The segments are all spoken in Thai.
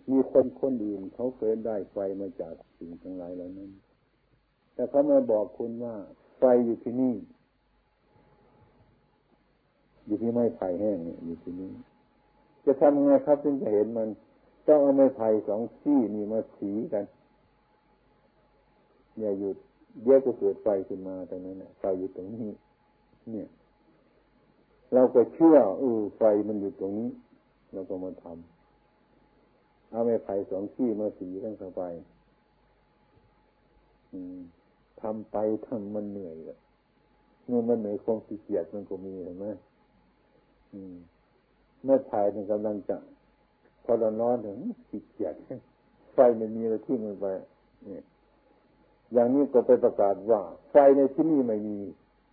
มีคนอื่นเขาเคยได้ไฟมาจากสิ่งทั้งหลายเหล่านั้นแต่เขามาบอกคุณว่าไฟอยู่ที่นี่อยู่ที่ไม้ไผ่แห้งเนี่ยอยู่ที่นี่จะทำยังไงครับถึงจะเห็นมันต้องเอาไม้ไผ่สองซี่นี่มาสีกันอย่าหยุดเดี๋ยวก็เกิดไฟขึ้นมาตรงนั้นไฟอยู่ตรงนี้เนี่ยเราก็เชื่อไฟมันอยู่ตรงนี้เราก็มาทำเอาไม้ไผ่สองซี่มาสีกันเข้าไปทำไปทำมันเหนื่อยอะเมื่อมันเหนื่อยความขี้เกียจมันก็มีเห็นไหมเมื่อถ่ายมันกำลังจะพอร้อนถึงขี้เกียจไฟไม่มีเราทิ้งมันไปนี่อย่างนี้ก็ไปประกาศว่าไฟในที่นี่ไม่มี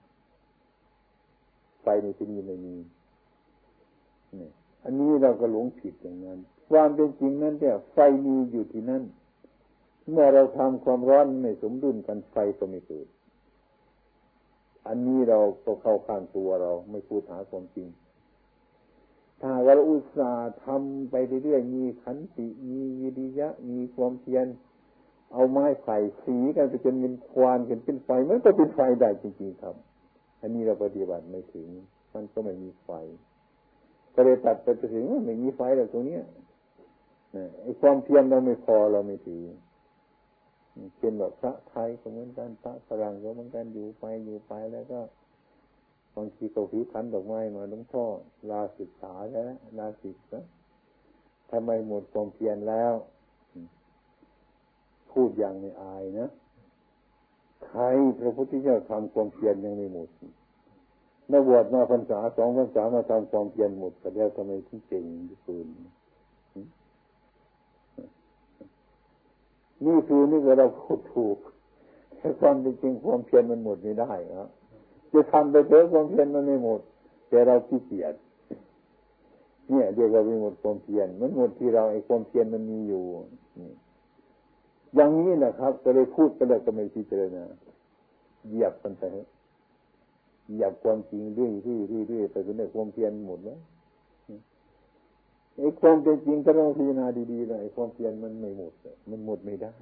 ไฟในที่นี่ไม่มีนี่อันนี้เราก็หลงผิดอย่างนั้นความเป็นจริงนั้นเนี่ยไฟมีอยู่ที่นั่นเมื่อเราทำความร้อนไม่สมดุลกันไฟก็ไม่เกิดอันนี้เราก็เข้าข้างตัวเราไม่พูดหาความจริงถ้าเราอุตส่าห์ทำไปเรื่อยๆมีขันติมีวิริยะมีความเพียรเอาไม้ไผ่สีกันไปจนเป็นควันเป็นไฟมันก็เป็นไฟได้จริงๆครับอันนี้เราปฏิบัติไม่ถึงมันก็ไม่มีไฟก็เลยตัดไปถึงไม่มีไฟแล้วตรงนี้ไอ้ความเพียรเราไม่พอเราไม่ถือเป็นแบบพระไทยก็เหมือนกันพระฝรั่งก็เหมือนกันอยู่ไปแล้วก็บางทีก็ผิวพันดอกไม้มาหลวงพ่อลาศึกษาแล้วลาศึกนะทำไมหมดความเพียรแล้วพูดอย่างไม่อายนะใครพระพุทธเจ้าทำความเพียรยังไม่หมดนักบวชมาพรรษา2 พรรษามาทำความเพียรหมดแต่แล้วทำไมถึงเก่งที่สุดนี่คือนี่ก็เราพูดถูกแต่ความจริงความเพียรมันหมดไม่ได้ครับจะทำไปเถอะความเพียรมันไม่หมดแต่เราขี้เกียจเนี่ยเรียกว่าไม่หมดความเพียรมันหมดที่เราไอ้ความเพียรมันมีอยู่อย่างนี้นะครับก็เลยพูดไปแล้วก็ไม่พิจารณาเหยียบมันไปเหยียบความจริงเรื่อยไปจนได้ความเพียรหมดแล้วไอ้ความเป็นจริงก็ต้องพิจารณาดีๆเลยไอ้ความเพียรมันไม่หมดมันหมดไม่ได้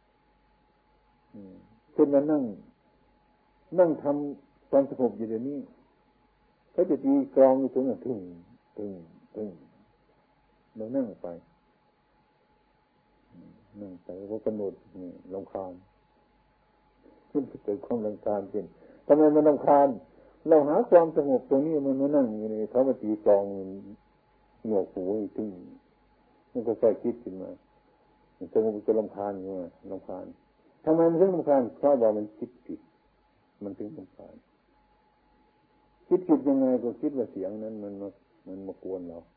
ขึ้นมานั่งทำความสงบอยู่เดี๋ยวนี้เขาจะตีกลองอยู่ตรงนั้นตึงเรานั่งไปก็กำหนดนี่รำคาญขึ้นเกิดความรำคาญขึ้นทำไมมันรำคาญเราหาความสงบตรงนี้มันมานั่งอยู่นี่เขามาตีกลองหนวกหูตึงมันก็ค่อยคิดขึ้นมาสงบจะรำคาญอยู่รำคาญทำไมมันถึงรำคาญเพราะว่ามันคิดผิดมันถึงรำคาญคิดผิดยังไงก็คิดว่าเสียงนั้นมันมากวนเรา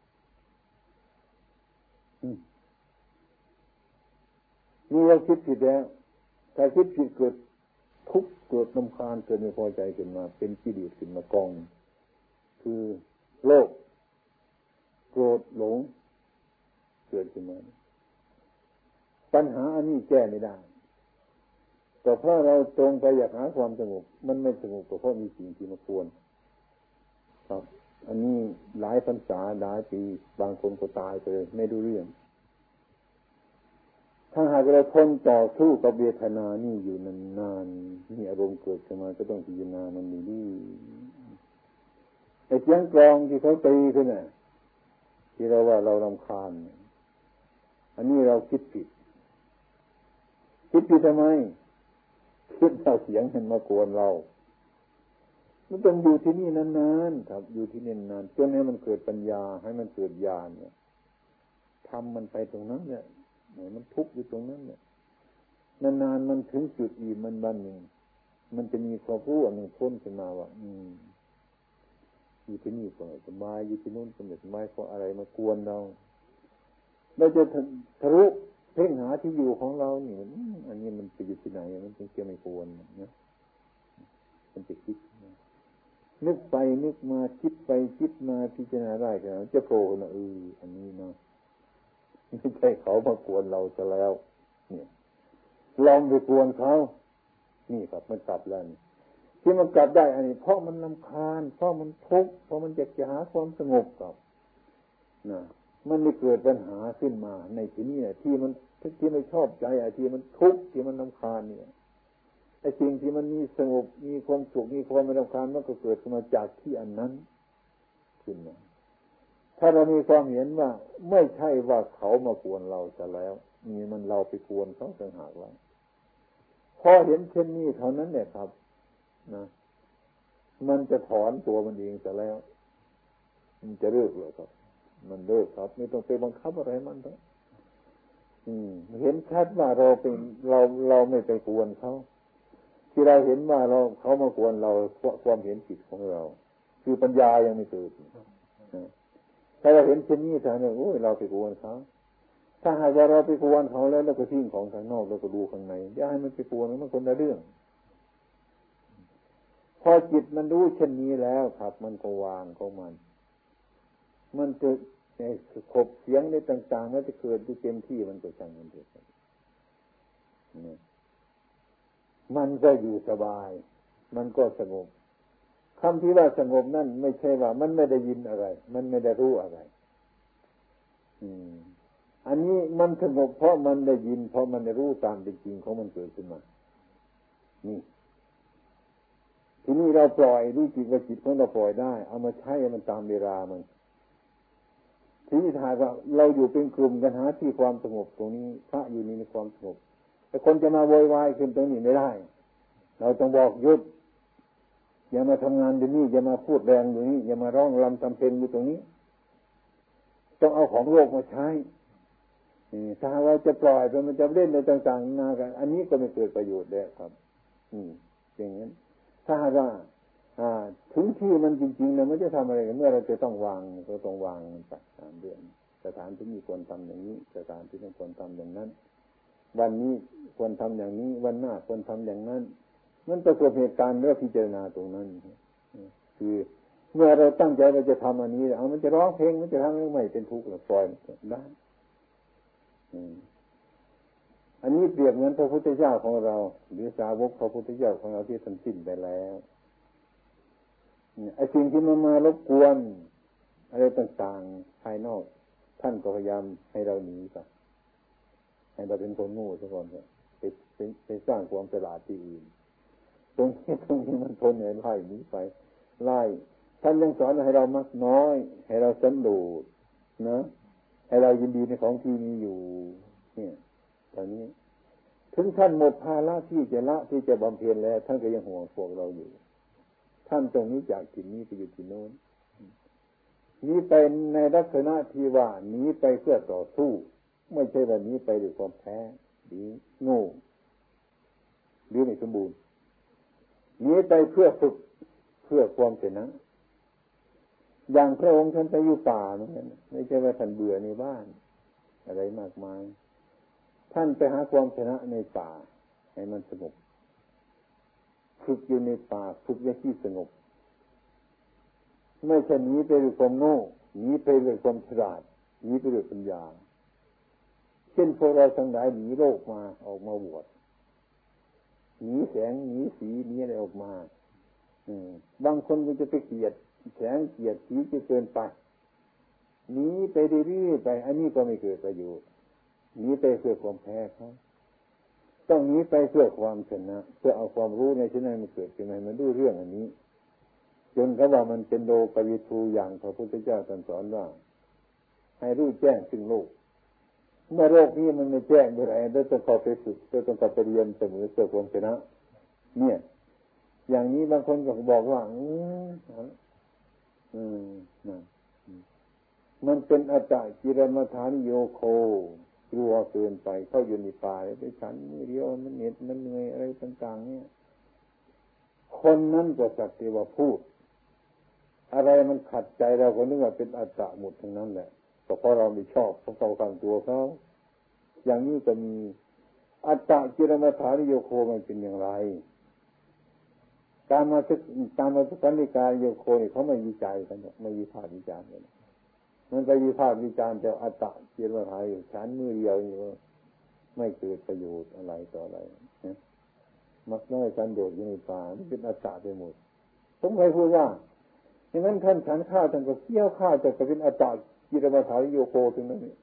นี่เราคิดผิดแล้วถ้าคิดผิดเกิดทุกข์เกิดรำคาญเกิดไม่พอใจขึ้นมาเป็นกิเลสขึ้นมากองคือโลภโกรธหลงเกิดขึ้นมาปัญหาอันนี้แก้ไม่ได้แต่เพราะเราตรงไปอยากหาความสงบมันไม่สงบเพราะมีสิ่งที่มากวนครับอันนี้หลายพรรษาหลายปีบางคนก็ตายไปเลยไม่รู้เรื่องถ้าหากเราทนต่อสู้กับเวทนานี่อยู่นานๆนี่อารมณ์เกิดขึ้นมาก็ต้องพิจารณามันดีๆไอ้เสียงกลองที่เขาตีขึ้นน่ะที่เราว่าเรารำคาญอันนี้เราคิดผิดทำไมคิดเอาเสียงมันมากวนเรามันต้องอยู่ที่นี่นานๆครับอยู่ที่นี่นานจนให้มันเกิดปัญญาให้มันเกิดญาณเนี่ยทำมันไปตรงนั้นเนี่ยมันทุกข์อยู่ตรงนั้นเนี่ยนานๆมันถึงจุดอิ่มมันวันหนึ่งมันจะมีความรู้อันหนึ่งพ้นขึ้นมาว่าอยู่ที่นี่ก็สบายอยู่ที่นู่นก็สบายเพราะอะไรมากวนเราจะทะลุเพ่งหาที่อยู่ของเราเนี่ยอันนี้มันไปอยู่ที่ไหนมันจึงจะไม่กวนนะมันจะคิดนึกไปนึกมาคิดไปคิดมาพิจารณาได้กันจะโผล่นะอันนี้เนาะไม่ใช่เขามากวนเราซะแล้วเนี่ยลองไปกวนเขานี่ครับมันกลับแล้วที่มันกลับได้อันนี้เพราะมันรำคาญเพราะมันทุกข์เพราะมันอยากจะหาความสงบกับนะมันไม่เกิดปัญหาขึ้นมาในที่นี้ที่มันที่ไม่ชอบใจไอ้ที่มันทุกข์ที่มันรำคาญเนี่ยไอ้สิ่งที่มันมีสงบมีความสุขมีความไม่รำคาญมันก็เกิดขึ้นมาจากที่อันนั้นขึ้นมาถ้าเรามีความเห็นว่าไม่ใช่ว่าเขามากวนเราซะแล้วนี่มันเราไปกวนเขาต่างหากว่าพอเห็นเช่นนี้เท่านั้นเนี่ยครับนะมันจะถอนตัวมันเองซะแล้วมันจะเลิกเลยครับมันเลิกครับไม่ต้องไปบังคับอะไรมันทั้งเห็นชัดว่าเราเป็นเราไม่ไปกวนเขาที่เราเห็นว่าเขามากวนเราเพราะความเห็นผิดของเราคือปัญญายังไม่เกิดถ้าเราเห็นเช่นนี้ทางนี้โอ้ยเราไปกวนเขาถ้าหากว่าเราไปกวนเขาแล้วเราก็ทิ้งของข้างนอกเราก็ดูข้างในอย่าให้มันไปกวนมันคนละเรื่องพอจิตมันรู้เช่นนี้แล้วครับมันก็วางของมันจะขบเสียงในต่างๆมันจะเกิดด้วยเต็มที่มันก็ช่างมันเถอะมันก็อยู่สบายมันก็สงบคำที่ว่าสงบนั่นไม่ใช่ว่ามันไม่ได้ยินอะไรมันไม่ได้รู้อะไรอันนี้มันสงบเพราะมันได้ยินเพราะมันได้รู้ตามเป็นจริงของมันเกิดขึ้นมานี่ทีนี้เราปล่อยรู้จิตว่าจิตของเราปล่อยได้เอามาใช้มันตามเวลามันทีนี้ถ้าว่าเราอยู่เป็นกลุ่มกันหาที่ความสงบตรงนี้พระอยู่ในความสงบแต่คนจะมาโวยวายขึ้นตรงนี้ไม่ได้เราต้องบอกหยุดอย่ามาทำงานอยู่นี่อย่ามาพูดแรงอยู่นี่อย่ามาร้องรำทำเพลงอยู่ตรงนี้ต้องเอาของโลกมาใช้ถ้าเราจะปล่อยไปมันจะเล่นในต่างๆนากันอันนี้ก็ไม่เกิดประโยชน์เลยครับอย่างนั้นถ้าว่าถึงที่มันจริงๆเนี่ยมันจะทำอะไรเมื่อเราจะต้องวางก็ต้องวางมันไป3 เดือนสถานที่มีควรทำอย่างนี้สถานที่ไม่ควรทำอย่างนั้นวันนี้ควรทำอย่างนี้วันหน้าควรทำอย่างนั้นมันประสบเหตุการณ์เมื่อพิจารณาตรงนั้นคือเมื่อเราตั้งใจว่าจะทำอันนี้มันจะร้องเพลงมันจะทำไม่เป็นทุกข์หรือปล่อยได้อันนี้เปรียบเหมือนพระพุทธเจ้าของเราหรือสาวกพระพุทธเจ้าของเราที่ท่านสิ้นไปแล้วไอ้สิ่งที่มารบกวนอะไรต่างๆภายนอกท่านก็พยายามให้เราหนีไปให้เราเป็นคนโง่ซะก่อนเถอะไปสร้างความฉลาดที่อื่นตรงนี้มันทนไล่หนีไปไล่ท่านยังสอนให้เรามักน้อยให้เราสันโดษนะให้เรายินดีในของที่มีอยู่เนี่ยตอนนี้ถึงท่านหมดภาระที่จะละที่จะบำเพ็ญแล้วท่านก็ยังห่วงพวกเราอยู่ท่านตรงนี้จากที่นี้ไปอยู่ที่โน้นนี้ไปในลักษณะที่ว่าหนีไปเพื่อต่อสู้ไม่ใช่แบบนี้ไปด้วยความแพ้หรือโง่หรือไม่สมบูรณ์หนีไปเพื่อฝึกเพื่อความชนะอย่างพระองค์ท่านไปอยู่ป่าเหมือนกันไม่ใช่ว่าท่านเบื่อในบ้านอะไรมากมายท่านไปหาความชนะในป่าให้มันสงบฝึกอยู่ในป่าฝึกในที่สงบไม่ใช่หนีไปด้วยความโง่หนีไปด้วยความฉลาดหนีไปด้วยปัญญาเช่นพวกเราทั้งหลายหนีโลกมาออกมาบวชหนีแสงหนีสีหนีอะไรออกมาบางคนก็จะไปเกลียดแสงเกลียดสีจะเกินไปหนีไปเรื่อยๆไปอันนี้ก็ไม่เกิดประโยชน์หนีไปเพื่อความแพ้เขาต้องหนีไปเพื่อความชนะเพื่อเอาความรู้ในที่นั้นมันเกิดขึ้นมามันรู้เรื่องอันนี้จนเขาว่ามันเป็นโลกวิทูอย่างพระพุทธเจ้าตรัสสอนว่าให้รู้แจ้งซึ่งโลกเมื่อโลกนี้มันไม่แจ้งเมื่อไหร่เราต้องเข้าไปฝึกเราต้องเข้าไปเรียนเสมอเพื่อความชนะเนี่ยอย่างนี้บางคนก็บอกว่ามันเป็นอัตตกิรมัฏฐานิโยโคกลัวเกินไปเข้าอยู่ในป่าไปฉันนี่เดียวมันเหน็ดมันเหนื่อยอะไรต่างๆเนี่ยคนนั้นก็สักแต่ว่าพูดอะไรมันขัดใจเราก็นึกว่าเป็นอัตตะหมดทั้งนั้นแหละก็เพราะเราไม่ชอบเพราะเราขังตัวเขาอย่างนี้ก็มีอัตตะกิรมัฏฐานิโยโคมันเป็นอย่างไรการมาศึกษาในการโยโคนี่เขาไม่วิจัยกันไม่วิพากษ์วิจารณ์กันมันไปวิพากษ์วิจารณ์แต่อัตตะกิรมัฏฐานิโยฉันมือเดียวนี่ไม่เกิดประโยชน์อะไรต่ออะไรนะมักน้อยสันโดษอยู่ในป่ามันเป็นอัตตะไปหมดผมเคยพูดว่าอย่างนั้นท่านฉันข้าวท่านก็เคี่ยวข้าวจะเป็นอัตตะจิรมาถาริโยโคถึงนั้นนี่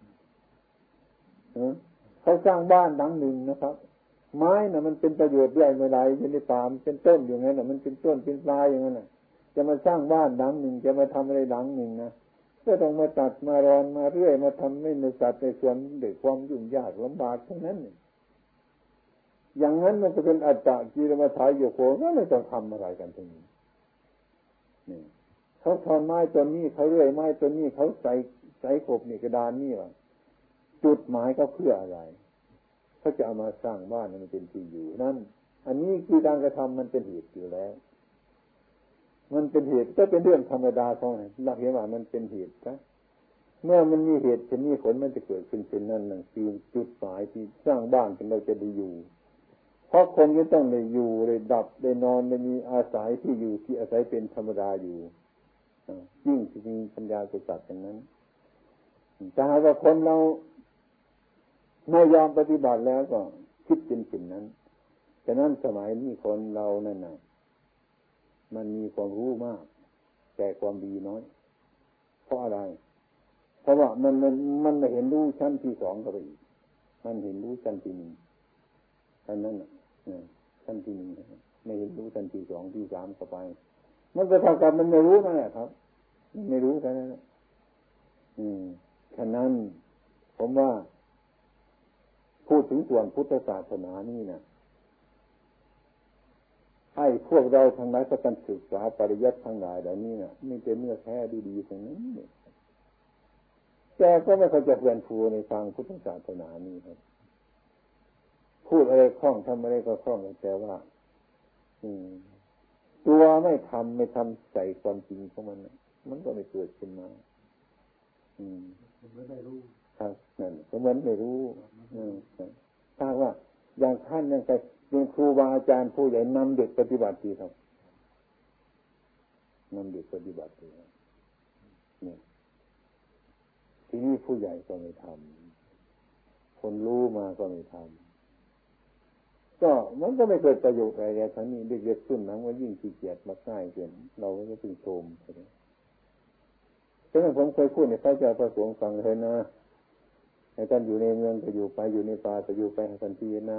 เขาสร้างบ้านหลังหนึ่งนะครับไม้น่ะมันเป็นประโยชน์ด้วยไม่ได้อยู่ในป่ามันเป็นต้นอย่างนั้นน่ะมันเป็นต้นเป็นปลายอย่างนั้นน่ะจะมาสร้างบ้านหลังหนึ่งจะมาทำอะไรหลังหนึ่งนะก็ต้องมาตัดมารอนมาเรื่อยมาทำไม่ในสัตว์ในส่วนด้วยความยุ่งยากลำบากทั้งนั้นอย่างนั้นมันจะเป็นอัตตะกิรมาถาโยโกก็ไม่ต้องทำอะไรกันตรงนี้นี่เขาทอนไม้ตัวนี้เขาเรื่อยไม้ตัวนี้เขาใส่กบนี่กระดานนี่ว่าจุดหมายก็เพื่ออะไรเขาจะเอามาสร้างบ้านมันเป็นที่อยู่นั่นอันนี้คือการกระทำมันเป็นเหตุอยู่แล้วมันเป็นเหตุก็เป็นเรื่องธรรมดาของมันหลักเห็นว่ามันเป็นเหตุนะเมื่อมันมีเหตุจะมีผลมันจะเกิดขึ้นเป็นนั่นนั่นคือจุดหมายที่สร้างบ้านเป็นเราจะได้อยู่เพราะคนก็ต้องได้อยู่ได้ดับได้นอนได้มีอาศัยที่อยู่ที่อาศัยเป็นธรรมดาอยู่ยิ่งที่มีปัญญาเกิดจากอย่างนั้นถ้าหากว่าคนเราไม่ยอมปฏิบัติแล้วก็คิดเป็นสิ่งนั้นฉะนั้นสมัยนี้คนเรานั่นน่ะมันมีความรู้มากแต่ความดีน้อยเพราะอะไรเพราะว่ามันไม่เห็นรู้ชั้นที่สองก็ไปอีกมันเห็นรู้ชั้นที่หนึ่งอันนั้นชั้นที่หนึ่งไม่เห็นรู้ชั้นที่สองที่สามก็ไปมันไปเท่ากับมันไม่รู้นั่นแหละครับไม่รู้แค่นั้นฉะนั้นผมว่าพูดถึงส่วนพุทธศาสนานี่นะให้พวกเราทั้งหลายประกันศึกษาปริยัติทั้งหลายเหล่านี้นะมีแต่เนื้อแท้ดีๆทั้งนั้นแต่ก็ไม่ค่อยจะเพื่อนฟูในทางพุทธศาสนานี่ครับพูดอะไรคล่องทำอะไรก็คล่องแต่ว่าตัวไม่ทำใส่ความจริงของมันมันก็ไม่เกิดขึ้นมาไม่รู้ครับนั่นก็เหมือนไม่รู้ถ้าว่าอย่างท่านยังไงยังครูบาอาจารย์ผู้ใหญ่นำเด็กปฏิบัติดีครับนำเด็กปฏิบัติดีนี่ทีนี้ผู้ใหญ่ก็ไม่ทำคนรู้มาก็ไม่ทำก็มันก็ไม่เกิดประโยชน์อะไรทั้งนี้เด็กๆขึ้นนั้นว่ายิ่งขี้เกียจมาง่ายเกินเราก็จะถึงโทมใช่ไหมฉะนั้นผมเคยพูดในพระเจ้าประสงค์ฟังเลยนะให้ท่านอยู่ในเมืองก็อยู่ไปอยู่ในป่าก็อยู่ไปให้ท่านพิจารณา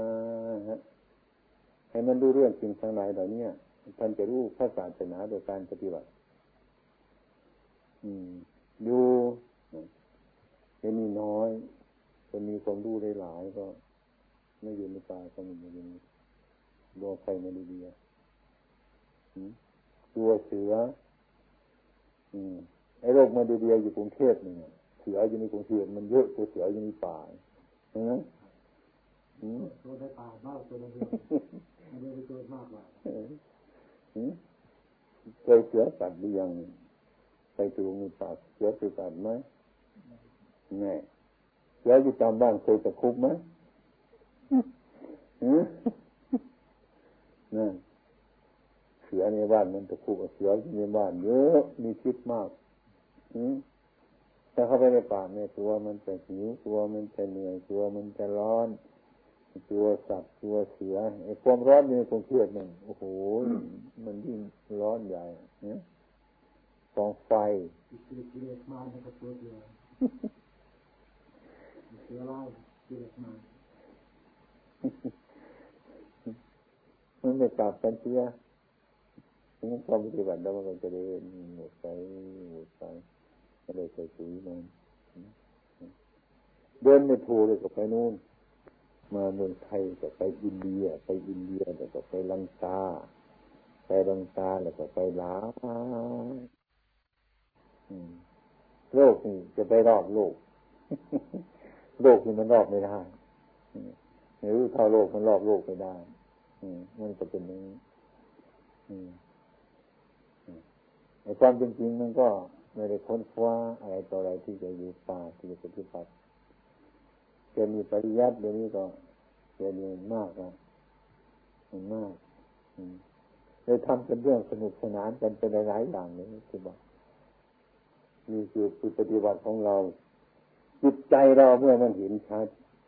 ให้มันรู้เรื่องจริงทั้งหลายเหล่านี้ท่านจะรู้พระศาสนาโดยการปฏิบัติอยู่จะมีน้อยจะมีความรู้ได้หลายก็ไม่อยู่ในป่าก็ไม่อยู่ในบัวไฟมาลีเดียตัวเสือไอ้โรคมาลีเดียอยู่กรุงเทพนี่เสืออยู่ในกรุงเทพมันเยอะกว่าเสืออยู่ในป่าใช่ไหมตัวในป่ามากตัวในเมืองมันไม่ได้ตัวมากกว่าเคยเสือสัตว์หรือยังไปดูในป่าเสือสัตว์ไหมแน่เสืออยู่ตามบ้านเคยตะคุบไหมนั่นเสือในบ้านมันตะคุบเสือในบ้านเยอะมีพิษมากถ้าเข้าไปในป่าเนี่ยตัวมันจะหิวตัวมันจะเหนื่อยตัวมันจะร้อนตัวสัตว์ตัวเสือไอ้ความร้อนในกรุงเทพเนี่ยโอ้โหมันยิ่งร้อนใหญ่เนี่ยกองไฟมาในกระตัวเสือเสือร้ายเสือมามันไม่กลับกันเสียงั้นความปฏิบัติแล้วมันจะเดินหมดไปก็เลยใส่ปุ๋ยมันเดินไม่ถูกเลยก็ไปนู่นมาเมืองไทยก็ไปอินเดียแล้วก็ไปลังกาแล้วก็ไปลาวโลกนี่จะไปรอบโลกโลกนี่มันรอบไม่ได้ไม่รู้เท่าโลกมันรอบโลกไม่ได้มันก็เป็นอย่างนี้ในความเป็นจริงมันก็ไม่ได้ค้นคว้าอะไรต่ออะไรที่จะอยู่ป่าที่จะปฏิบัติจะมีปริยัติเดี๋ยวนี้ก็จะมีมากนะมันมากเลยทำเป็นเรื่องสนุกสนานกันเป็นหลายอย่างเลยที่บอกมีคือปฏิบัติของเราจิตใจเราเมื่อมันเห็นชัด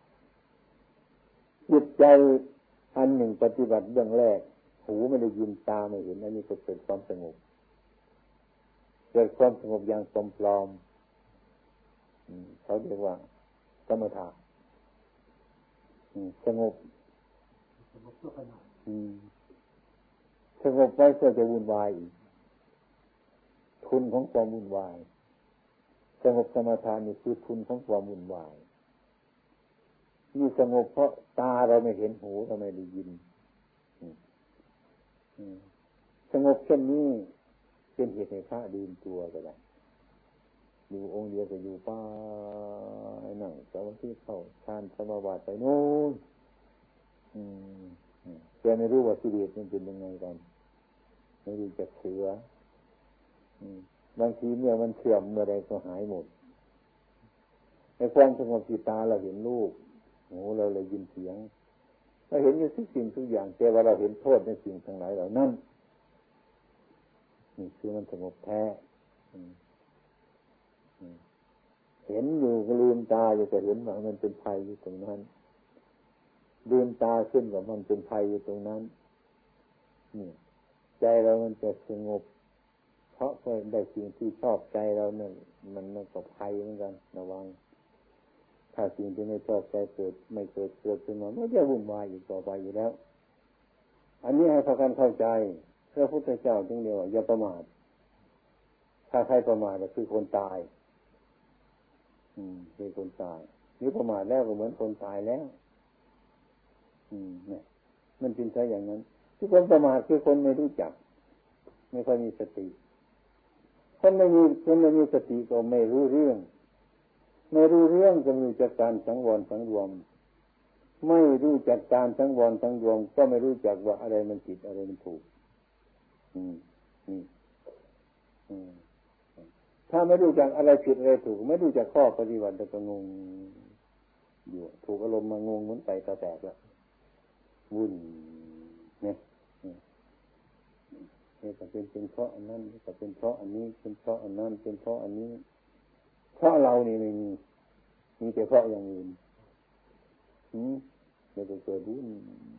จิตใจอันหนึ่งปฏิบัติเรื่องแรกหูไม่ได้ยินตาไม่เห็นอันนี้ก็เกิดความสงบอย่างปลอมเขาเรียกว่าสมถะสงบสงบไว้เพื่อจะวุ่นวายอีกทุนของความวุ่นวายสงบสมาทานนี่คือทุนของความวุ่นวายนี่สงบเพราะตาเราไม่เห็นหูเราไม่ได้ยินสงบเช่นนี้เป็นเหตุให้พระดื่มตัวก็ได้อยู่องค์เดียวก็อยู่ป้านั่งสมาธิเข้าฌานสมาบัติไปโน่นแต่ไม่รู้ว่าชีวิตมันเป็นยังไงกันไม่รู้จักเสือบางทีเมื่อมันเสื่อมเมื่อใดก็หายหมดในความสงบจิตตาเราเห็นรูปหูเราเลยยินเสียงเราเห็นอยู่ทุกสิ่งทุกอย่างแต่ว่าเราเห็นโทษในสิ่งทั้งหลายเหล่านั้นนี่คือมันสงบแท้เห็นอยู่ก็ลืมตาอยู่แต่เห็นว่ามันเป็นภัยอยู่ตรงนั้นลืมตาขึ้นว่ามันเป็นภัยอยู่ตรงนั้นนี่ใจเรามันจะสงบเพราะได้สิ่งที่ชอบใจเราเนี่ยมันก็ภัยเหมือนกันระวังถ้าสิ่งที่ไม่ชอบใจเกิดไม่เกิดขึ้นมามันจะวุ่นวายอีกต่อไปอยู่แล้วอันนี้ให้พากันเข้าใจพระพุทธเจ้าจึงเรียกว่าอย่าประมาทถ้าใครประมาทก็คือคนตายคือคนตายนี่ประมาทแล้วก็เหมือนคนตายแล้วเนี่ยมันเป็นใช่อย่างนั้นที่คนประมาทคือคนไม่รู้จักไม่ค่อยมีสติคนไม่มีสติก็ไม่รู้เรื่องก็ไม่รู้จักการสังวรสังรวมไม่รู้จักการสังวรสังรวมก็ไม่รู้จักว่าอะไรมันผิดอะไรมันถูกถ้าไม่รู้จักอะไรผิดอะไรถูกไม่รู้จักข้อปฏิบัติก็งงอยู่ถูกอารมณ์มางงเหมือนไก่ตาแตกแล้ววุ่นเนี่ยนี่ก็เป็นเพราะอันนั้นก็เป็นเพราะอันนี้เป็นเพราะอันนั้นเป็นเพราะอันนี้เพราะเรานี่ไม่มีแต่เพราะอย่างอื่นเดี๋ยวจะเกิดวุ่น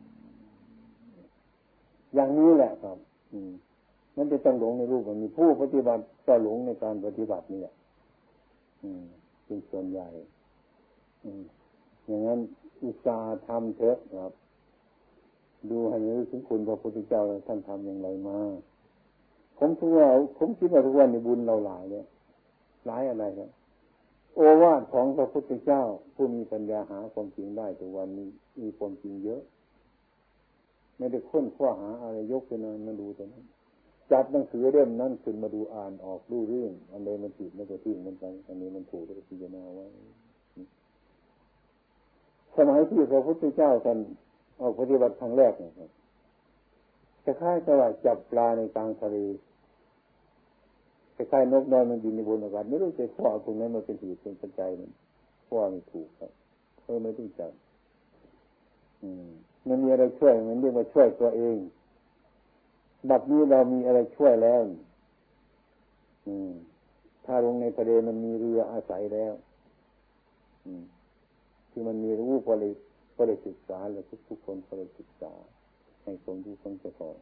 อย่างนี้แหละครับมันจะต้องหลงในรูปมันมีผู้ปฏิบัติก็หลงในการปฏิบัตินี่แหละเป็นส่วนใหญ่อย่างนั้นอุตส่าห์ทำเถอะครับดูให้รู้ถึงคุณพระพุทธเจ้าท่านทำอย่างไรมาผมคิดว่าทุกวันในบุญเราหลายเนี่ยหลายอะไรครับโอวาทของพระพุทธเจ้าผู้มีปัญญาหาความจริงได้ทุกวันนี้มีความจริงเยอะไม่ได้ค้นคว้าหาอะไรยกขึ้นมาดูแต่นั้นจับหนังสือเล่มนั้นขึ้นมาดูอ่านออกรู้เรื่องอันใดมันผิดมันก็ทิ้งมันไปอันนี้มันถูกก็พิจารณาไว้สมัยที่พระพุทธเจ้าท่านออกปฏิบัติครั้งแรกเนี่ยครับคล้ายๆกับว่าจับปลาในกลางทะเลคล้ายๆนกน้อยมันบินในบนอากาศไม่รู้จะข้อตรงนั้นมันเป็นเหตุเป็นปัจจัยมันข้อไม่ถูกครับไม่รู้จักมันมีอะไรช่วยมันเรียกว่าช่วยตัวเองบัดนี้เรามีอะไรช่วยแล้วถ้าลงในทะเลมันมีเรืออาศัยแล้วที่มันมีรู้พอได้ศึกษาแล้วทุกคนพอได้ศึกษาให้ความรู้ความจะพอ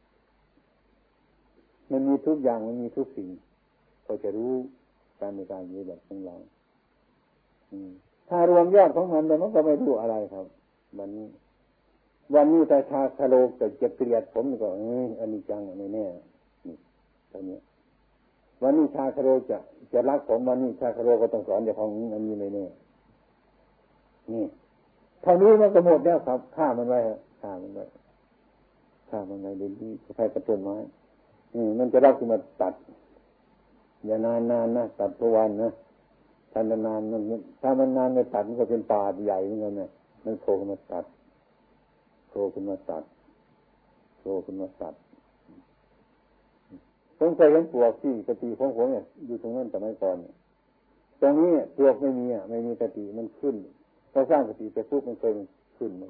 มันมีทุกอย่างมันมีทุกสิ่งพอจะรู้การในการนี้แบบของเราถ้ารวมยอดของมันแล้วมันก็ไม่รู้อะไรครับวันนี้แต่ชาคโลกจะเกลียดผมก็อันนี้จังไม่แน่นี่ตอนนี้วันนี้ชาคโลจะรักผมวันนี้ชาคโลก็ต้องสอนอย่างของอันนี้ไม่แน่นี่เท่านี้มันก็หมดแล้วครับฆ่ามันไว้ฆ่ามันไว้เดี๋ยวนี้ใครกระตุ้นไม้มันจะรักขึ้นมาตัดอย่านานนะตัดทุกวันนะถ้านานถ้ามันนานไม่ตัดมันก็เป็นป่าใหญ่เหมือนกันนะมันโผล่ขึ้นมาตัดผมเคยเห็นปลวกที่กะทิของผมเนี่ยอยู่ตรงนั้นสมัยก่อนตรงนี้ปลวกไม่มีกะทิมันขึ้นเราสร้างกะทิไปปุ๊บมันเคยขึ้นมา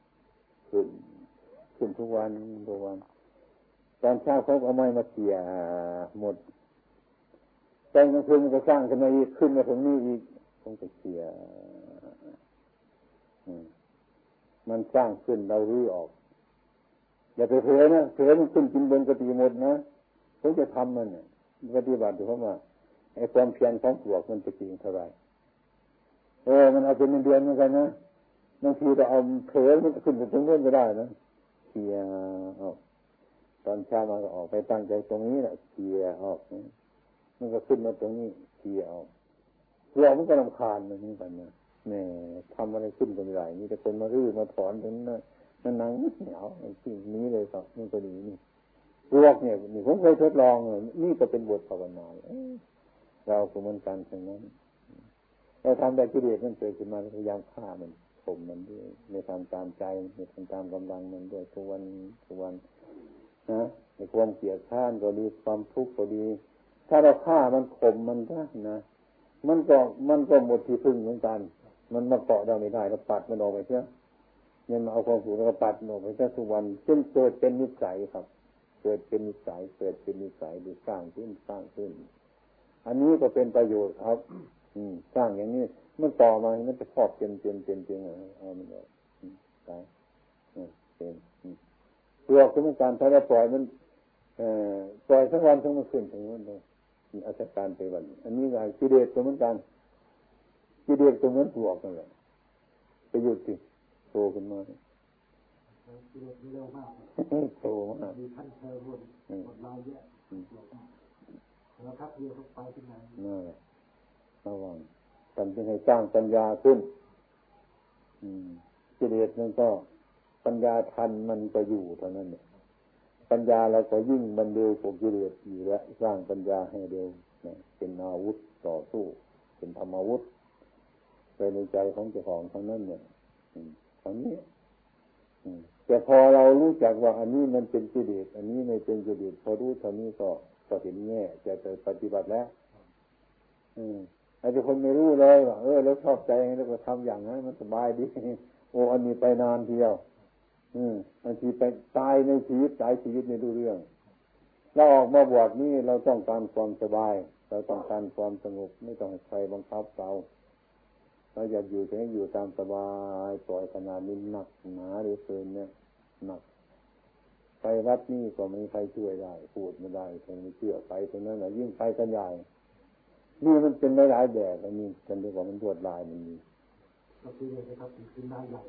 ขึ้นทุกวันตอนเช้าเขาเอาไม้มาเกี่ยหมดตอนกลางคืนมันก็สร้างขึ้นมาอีกขึ้นมาถึงนี่อีกต้องไปเกี่ยมันสร้างขึ้นเรารื้อออกอย่าไปเผลอนะมันขึ้นกินบนกะทิหมดนะผมจะทำมันปฏิบัติดูเพราะว่าไอ้ความเพียรของปลวกมันจะจริงเท่าไหร่มันเอาเป็นเดือนเหมือนกันนะบางทีเราเอาเผลอมันขึ้นไปตรงนู้นก็ได้นะเคลียร์ออกตอนเช้ามาก็ออกไปตั้งใจตรงนี้แหละเคลียร์ออกมันก็ขึ้นมาตรงนี้เคลียร์ออกเรามันก็รำคาญมันเหมือนกันนะแหมทำอะไรขึ้นก็ไม่ได้มีแต่คนมารื้อมาถอนตรงนั้นนั่นนังเหนียวที่นี้เลยครับนี่ก็ดีนี่พวกเนี่ยผมเคยทดลองนี่ก็เป็นบทภาวนาเราก็เหมือนกันทั้งนั้นเราทำได้กิเลสมันเกิดขึ้นมาพยายามฆ่ามันข่มมันด้วยในทำตามใจในทำตามกำลังมันด้วยทุกวันนะในความเกลียดข้านก็ดีความทุกข์ก็ดีถ้าเราฆ่ามันข่มมันก็นะมันก็หมดที่พึ่งเหมือนกันมันมาเกาะเราไม่ได้เราปัดมันออกไปเสียเนี่ยมาเอาความสุขแล้วก็ปัดมันออกไปเสียทุกวันจนเกิดเป็นนิสัยครับเกิดเป็นนิสัยดูสร้างขึ้นอันนี้ก็เป็นประโยชน์ครับสร้างอย่างนี้มันต่อมามันจะครอบเต็มเอามันออกตายเป็นตัวคือการถ้าเราปล่อยมันปล่อยทั้งวันทั้งคืนทั้งวันเลยมีอาการไปวันอันนี้ไงกิเลสก็เหมือนกันกิเลสก็เหมือนตัวกันเลยไปหยุดสิโตขึ้นมากิเลสเร็วมากโตมากมีขั้นเทอร์วนกดลายเยอะแล้วครับเรียกไปที่ไหนนั่นแหละระวังทำจึงให้สร้างปัญญาขึ้นกิเลสนั่นก็ปัญญาทันมันก็อยู่เท่านั้นเนี่ยปัญญาเราก็ยิ่งมันเร็วกว่ากิเลสอยู่แล้วสร้างปัญญาให้เร็วเป็นอาวุธต่อสู้เป็นธรรมอาวุธไปในใจของเจ้าของเท่านั้นเนี่ยอันนี้แต่พอเรารู้จักว่าอันนี้มันเป็นกิเลสอันนี้ไม่เป็นกิเลสพอรู้เท่านี้ก็เห็นแง่จะปฏิบัติแล้วไอ้คนไม่รู้เลยว่าแล้วชอบใจแล้วก็ทำอย่างนั้นมันสบายดีอันนี้ไปนานเที่ยวบางทีไปตายในชีวิตไม่รู้เรื่องเราออกมาบวชนี่เราต้องการความสบายเราต้องการความสงบไม่ต้องให้ใครบังคับเราอยากอยู่ให้อยู่ตามสบายปล่อยขนาดนี้หนักหนาเหลือเกินเนี่ยหนักไปวัดนี่ก็ไม่มีใครช่วยได้พูดไม่ได้คนไม่เชื่อไปตรงนั้นแหละยิ่งไปกันใหญ่นี่มันเป็นหลายแบบอันนี้กันดีกว่ามันรวดลายมันมีก็คือเลยนะครับเป็นได้ใหญ่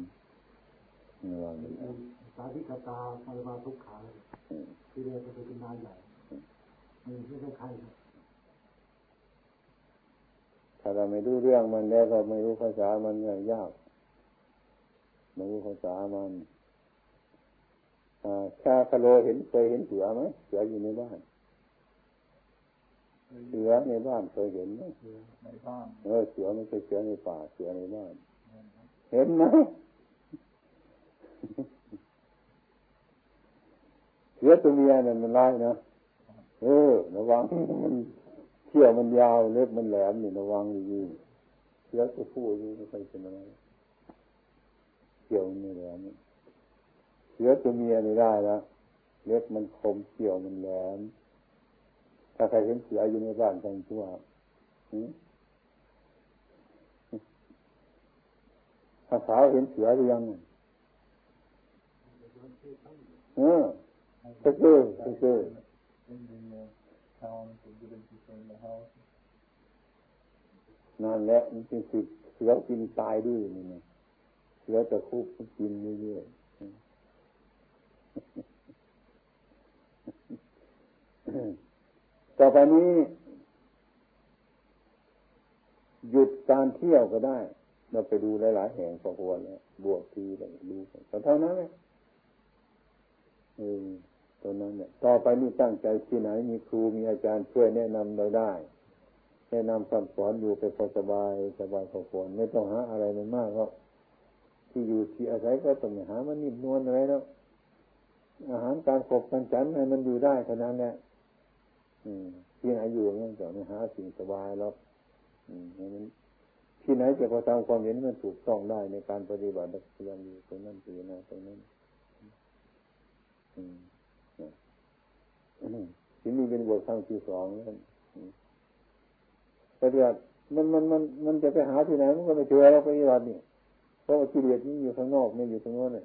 สาธิกตาปรมาทุกขาคือเลยจะเป็นได้ใหญ่ไม่ใช่ใครถ้าเราไม่รู้เรื่องมันแล้วก็ไม่รู้ภาษามันยากไม่รู้ภาษามันชาคาโลเคยเห็นเสือไหมเสืออยู่ในบ้านเสือในบ้านเคยเห็นไหมในบ้านเสือไม่ใช่เสือในป่าเสือในบ้านเห็นไหมเสือตัวเมียนั่นมันร้ายนะระวังมันเขี้ยวมันยาวเล็บมันแหลมนี่ระวังดีๆเสือตัวผู้นี่ไม่ค่อยเป็นอะไรเขี้ยวมันแหลมเสือตัวเมียนี่ได้แล้วเล็บมันคมเขี้ยวมันแหลมถ้าใครเห็นเสืออยู่ในบ้านทั้งตัวถ้าสาวเห็นเสือหรือยังก็คือนั่นแหละมันเป็นเสือกินตายด้วยนี่นะเสือตะคุบกินเรื่อยๆต่อไปนี้หยุดการเที่ยวก็ได้เราไปดูหลายๆแห่งพอควรแล้วบวกทีไปดูแต่เท่านั้นเลยตอนนั้นเนี่ยต่อไปนี่ตั้งใจที่ไหนมีครูมีอาจารย์ช่วยแนะนำเราได้แนะนำคำสอนอยู่ไปพอสบายพอควรไม่ต้องหาอะไรมันมากก็ที่อยู่ที่อาศัยก็ต้องหามันนิ่มนวลอะไรแล้วอาหารการขบกันฉันให้มันอยู่ได้ขนาดนี้ที่ไหนอยู่งั้นก็ไม่หาสิ่งสบายแล้วมันที่ไหนจะพอทำความเห็นมันถูกต้องได้ในการปฏิบัติพยายามอยู่ตรงนั้นอยู่นะตรงนั้นที่นี่เป็นบทครั้งที่สองแล้วปฏิบัติมันจะไปหาที่ไหนมันก็ไม่เจอแล้วปฏิบัตินี่เพราะว่ากิเลสนี่อยู่ข้างนอกไม่อยู่ตรงโน้นเลย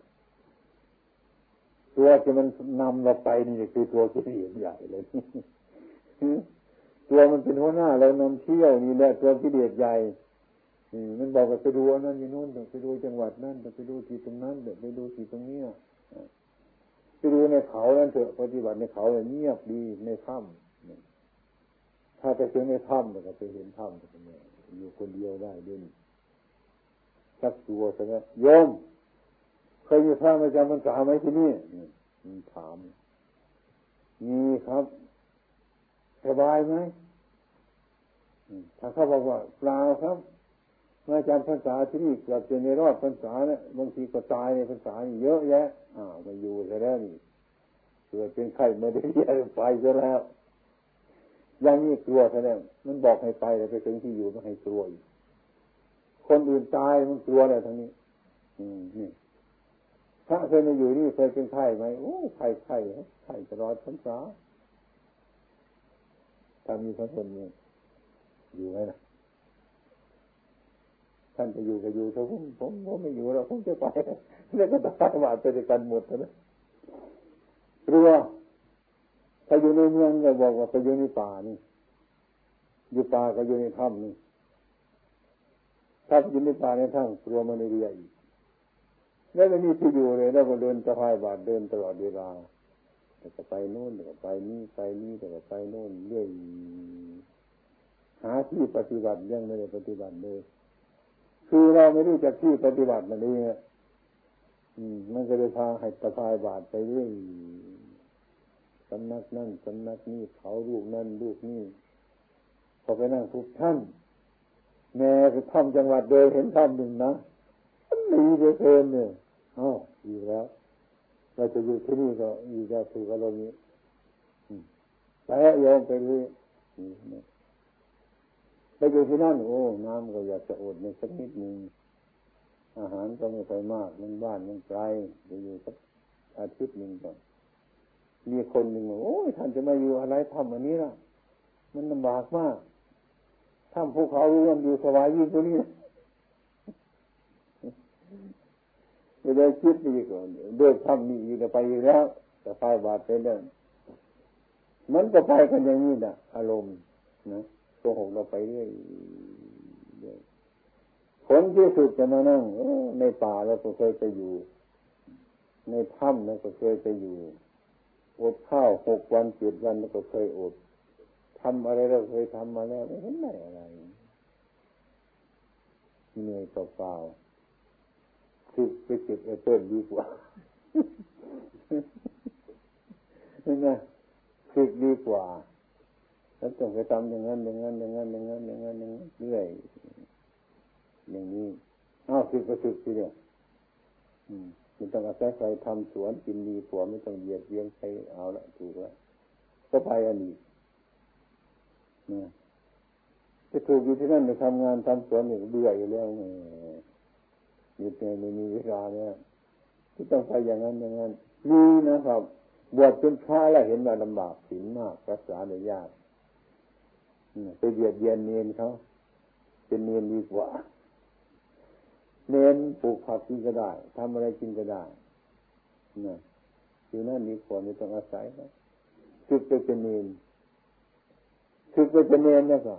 ตัวที่มันนำเราไปนี่คือตัวกิเลสใหญ่เลยตัวมันเป็นหัวหน้าเรานำเที่ยวนี่แหละตัวกิเลสใหญ่มันบอกว่าไปดูนั่นอยู่นู่นไปดูจังหวัดนั่นไปดูที่ตรงนั้นไปดูที่ตรงนี้ไปดูในเขานั่นเถอะปฏิบัติในเขาเงียบดีในถ้ำถ้าไปถึงในถ้ำก็ไปเห็นถ้ำก็เนี่ยอยู่คนเดียวได้ด้วยชักตัวซะแล้วโยมเคยมีพระมาจำพรรษาไหมที่นี่ถามมีครับสบายไหมถ้าเขาบอกว่าเปล่าครับมาจำพรรษาที่นี่เกือบจะในรอบพรรษาเนี่ยบางทีก็ตายในพรรษาเยอะแยะมาอยู่ซะแล้วนี่เกิดเป็นไข้มาได้เยอะไปซะแล้วอย่างนี้กลัวซะแล้วมันบอกให้ไปแต่ไปถึงที่อยู่ก็ให้กลัวอีกคนอื่นตายมันกลัวอะไรทั้งนี้นี่พระเคยมาอยู่นี่เคยเป็นไข้ไหมโอ้ไข้ตลอดพรรษาถ้ามีพระคนนี้อยู่ไหมนะท่านจะอยู่ก็อยู่ถ้าผมไม่อยู่แล้วผมจะไปแล้วก็ตายหวาดไปด้วยกันหมดนะกลัวถ้าอยู่ในเมืองก็บอกว่าไปอยู่ในป่านี่อยู่ป่าก็อยู่ในถ้ำนี่ถ้าอยู่ในป่าในถ้ำกลัวมันในเรียอีกแล้วไม่มีที่อยู่เลยแล้วก็เดินสะพายบาทเดินตลอดเวลาแต่ก็ไปโน่นแต่ก็ไปนี่แต่ก็ไปโน่นเรื่อยหาที่ปฏิบัติยังไม่ได้ปฏิบัติเลยคือเราไม่รู้จักที่ปฏิบัติมันเองมันก็เลยพาให้สะพายบาทไปเรื่อยสำนักนั่นสำนักนี้เขาลูกนั่นลูกนี่พอไปนั่งทุกท่านแม่ไปทำจังหวัดเดินเห็นทำหนึ่งนะมันดีเหลือเกินเนี่ยอีกแล้วเราจะอยู่ที่นี่ก็อีกแล้วถูกอารมณ์นี้ไปโยมไปเรื่อยไปอยู่ที่นั่นโอ้น้ำก็อยากจะอดในสักนิดนึงอาหารก็ไม่ไปมากมันบ้านมันไกลไปอยู่สักอาทิตย์นึงก่อนมีคนหนึ่งโอ้ยท่านจะมาอยู่อะไรทำอันนี้ล่ะมันลำบากมากถ้ำภูเขารู้ว่าอยู่สบายยิ่งกว่านี้จะได้คิดดีก่อนเดินถ้ำนี้อยู่จะไปอยู่แล้วจะพายบาทไปเดินมันก็ไปกันอย่างนี้นะอารมณ์นะโกหกเราไปเรื่อยผลที่สุดจะมานั่งในป่าเราก็เคยไปอยู่ในถ้ำเราก็เคยไปอยู่อดข้าว6 วัน7 วันเราก็เคยอดทำอะไรเราเคยทำมาแล้วไม่เห็นได้อะไรเหนื่อยเปล่าๆคือไปเก็บเพิ่มดีกว่าเห็นไหมคือดีกว่าแล้วต้องไปทำอย่างนั้นเรื่อยอย่างนี้ฝึกก็ฝึกทีเดียวไม่ต้องอาศัยใครทำสวนกินดีกว่าไม่ต้องเหยียดเยียงใครเอาละถูกแล้วก็ไปอันนี้จะถูกอยู่ที่นั่นไปทำงานทำสวนอยู่เบื่ออยู่แล้วหยุดเนี่ยไม่มีเวลาเนี่ยที่ต้องไปอย่างนั้นนี่นะครับบวชเป็นพระแล้วเห็นว่าลำบากศีลมากรักษาได้ยากไปเบียดเบียนเนรเขาเป็นเนรดีกว่าเนรปลูกผักกินก็ได้ทำอะไรกินก็ได้อยู่นั่นดีกว่าไม่ต้องอาศัยนะคือไปเป็นเนรเนี่ยก็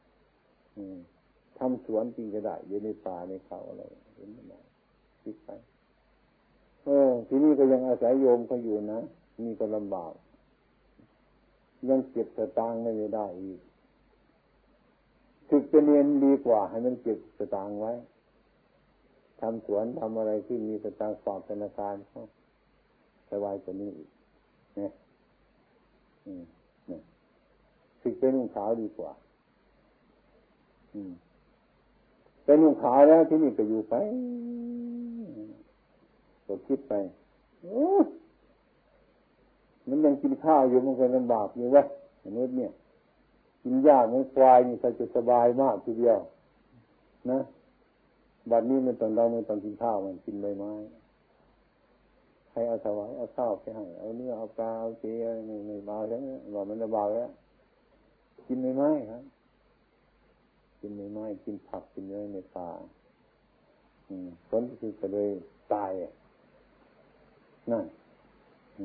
ทำสวนกินก็ได้อยู่ในป่าในเขาอะไรเห็นไหมคิดไปที่นี่ก็ยังอาศัยโยมเขาอยู่นะนี่ก็ลำบากยังเก็บสตางค์ไม่ได้อีกถึกเป็นเรียนดีกว่าให้มันเก็บสตางค์ไว้ทำสวนทำอะไรที่มีสตางค์ฝากธนาคารเขาสบายกว่านี้อีกเนี่ยถึกเป็นนุ่งขาวดีกว่าเป็นนุ่งขาวแล้วที่นี่ก็อยู่ไปก็คิดไปมันยังกินข้าวอยู่มันก็ลำบากอยู่วะมนุษย์เนี่ยกินหญ้าเหมือนควายนี่เขาจะสบายมากทีเดียวนะบัดนี้เราไม่ต้องกินข้าวมันกินใบไม้ให้เอาถวายเอาข้าวไปให้เอาเนื้อเอาปลาเอาเกลือไม่มาแล้วว่ามันลำบากแล้วกินใบไม้ครับกินใบไม้กินผักกินเนื้อในป่าผลที่ก็เลยตายนั่น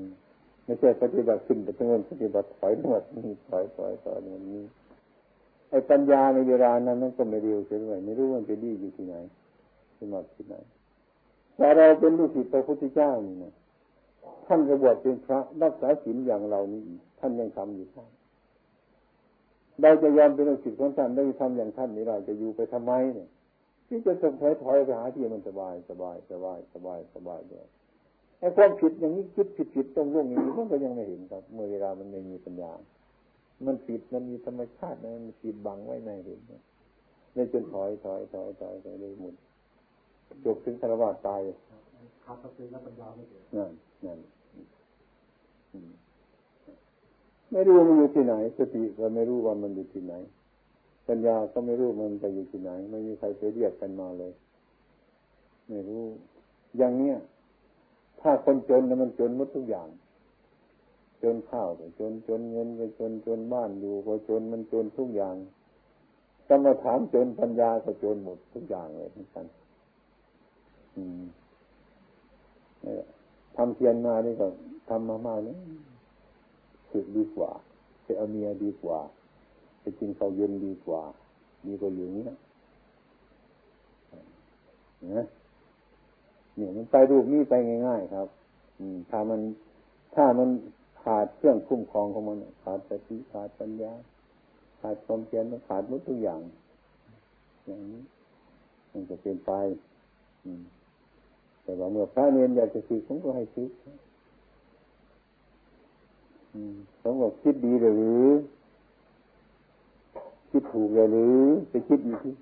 ไม่ใช่ปฏิบัติขึ้นไปจนปฏิบัติถอยหมดนี่ถอยนี่ไอ้ปัญญาในเวลานั้นมันก็ไม่เร็วเสียด้วยไม่รู้มันไปดีอยู่ที่ไหนสมบัติที่ไหนแต่เราเป็นลูกศิษย์พระพุทธเจ้านี่นะท่านก็บวชเป็นพระรักษาศีลอย่างเรานี่ท่านยังทำอยู่ท่านเราจะยอมเป็นลูกศิษย์ของท่านได้ทำอย่างท่านนี่เราจะอยู่ไปทำไมเนี่ยที่จะถอยไปหาที่มันสบายด้วยไอ้ความผิดอย่างนี้คิดผิดตรงเรื่องนี้มันก็ยังไม่เห็นครับเมื่อเวลามันไม่มีปัญญามันผิดมันมีธรรมชาติมันผิดบังไว้ไม่เห็นเลยจนถอยเลยหมุนจบถึงคารวะตายขาดสติและปัญญาไม่เกิดนั่นไม่รู้มันอยู่ที่ไหนสติก็ไม่รู้ว่ามันอยู่ที่ไหนปัญญาก็ไม่รู้มันไปอยู่ที่ไหนไม่มีใครไปเรียกกันมาเลยไม่รู้อย่างเนี้ยถ้าคนจนมันจนหมดทุกอย่างจนข้าวก็จนเงินก็จนบ้านอยู่ก็จนมันจนทุกอย่างกรรมฐานจนปัญญาก็จนหมดทุกอย่างเลยทั้งนั้นทำเพียรมานี่ก็ทำมากๆนี่สึกดีกว่าไปเอาเมียดีกว่าไปกินข้าวเย็นดีกว่าอยู่นี้นะเนี่ยมันไปรูปนี้ไปง่ายๆครับถ้ามันขาดเครื่องคุ้มครองของมันขาดสติขาดปัญญาขาดความเพียรมันขาดหมดทุกอย่างอย่างนี้มันจะเป็นไปแต่ว่าเมื่อพระเนรอยากจะศึกผมก็ให้ศึกผมบอกคิดดีหรือคิดถูกหรือไปคิดอีกที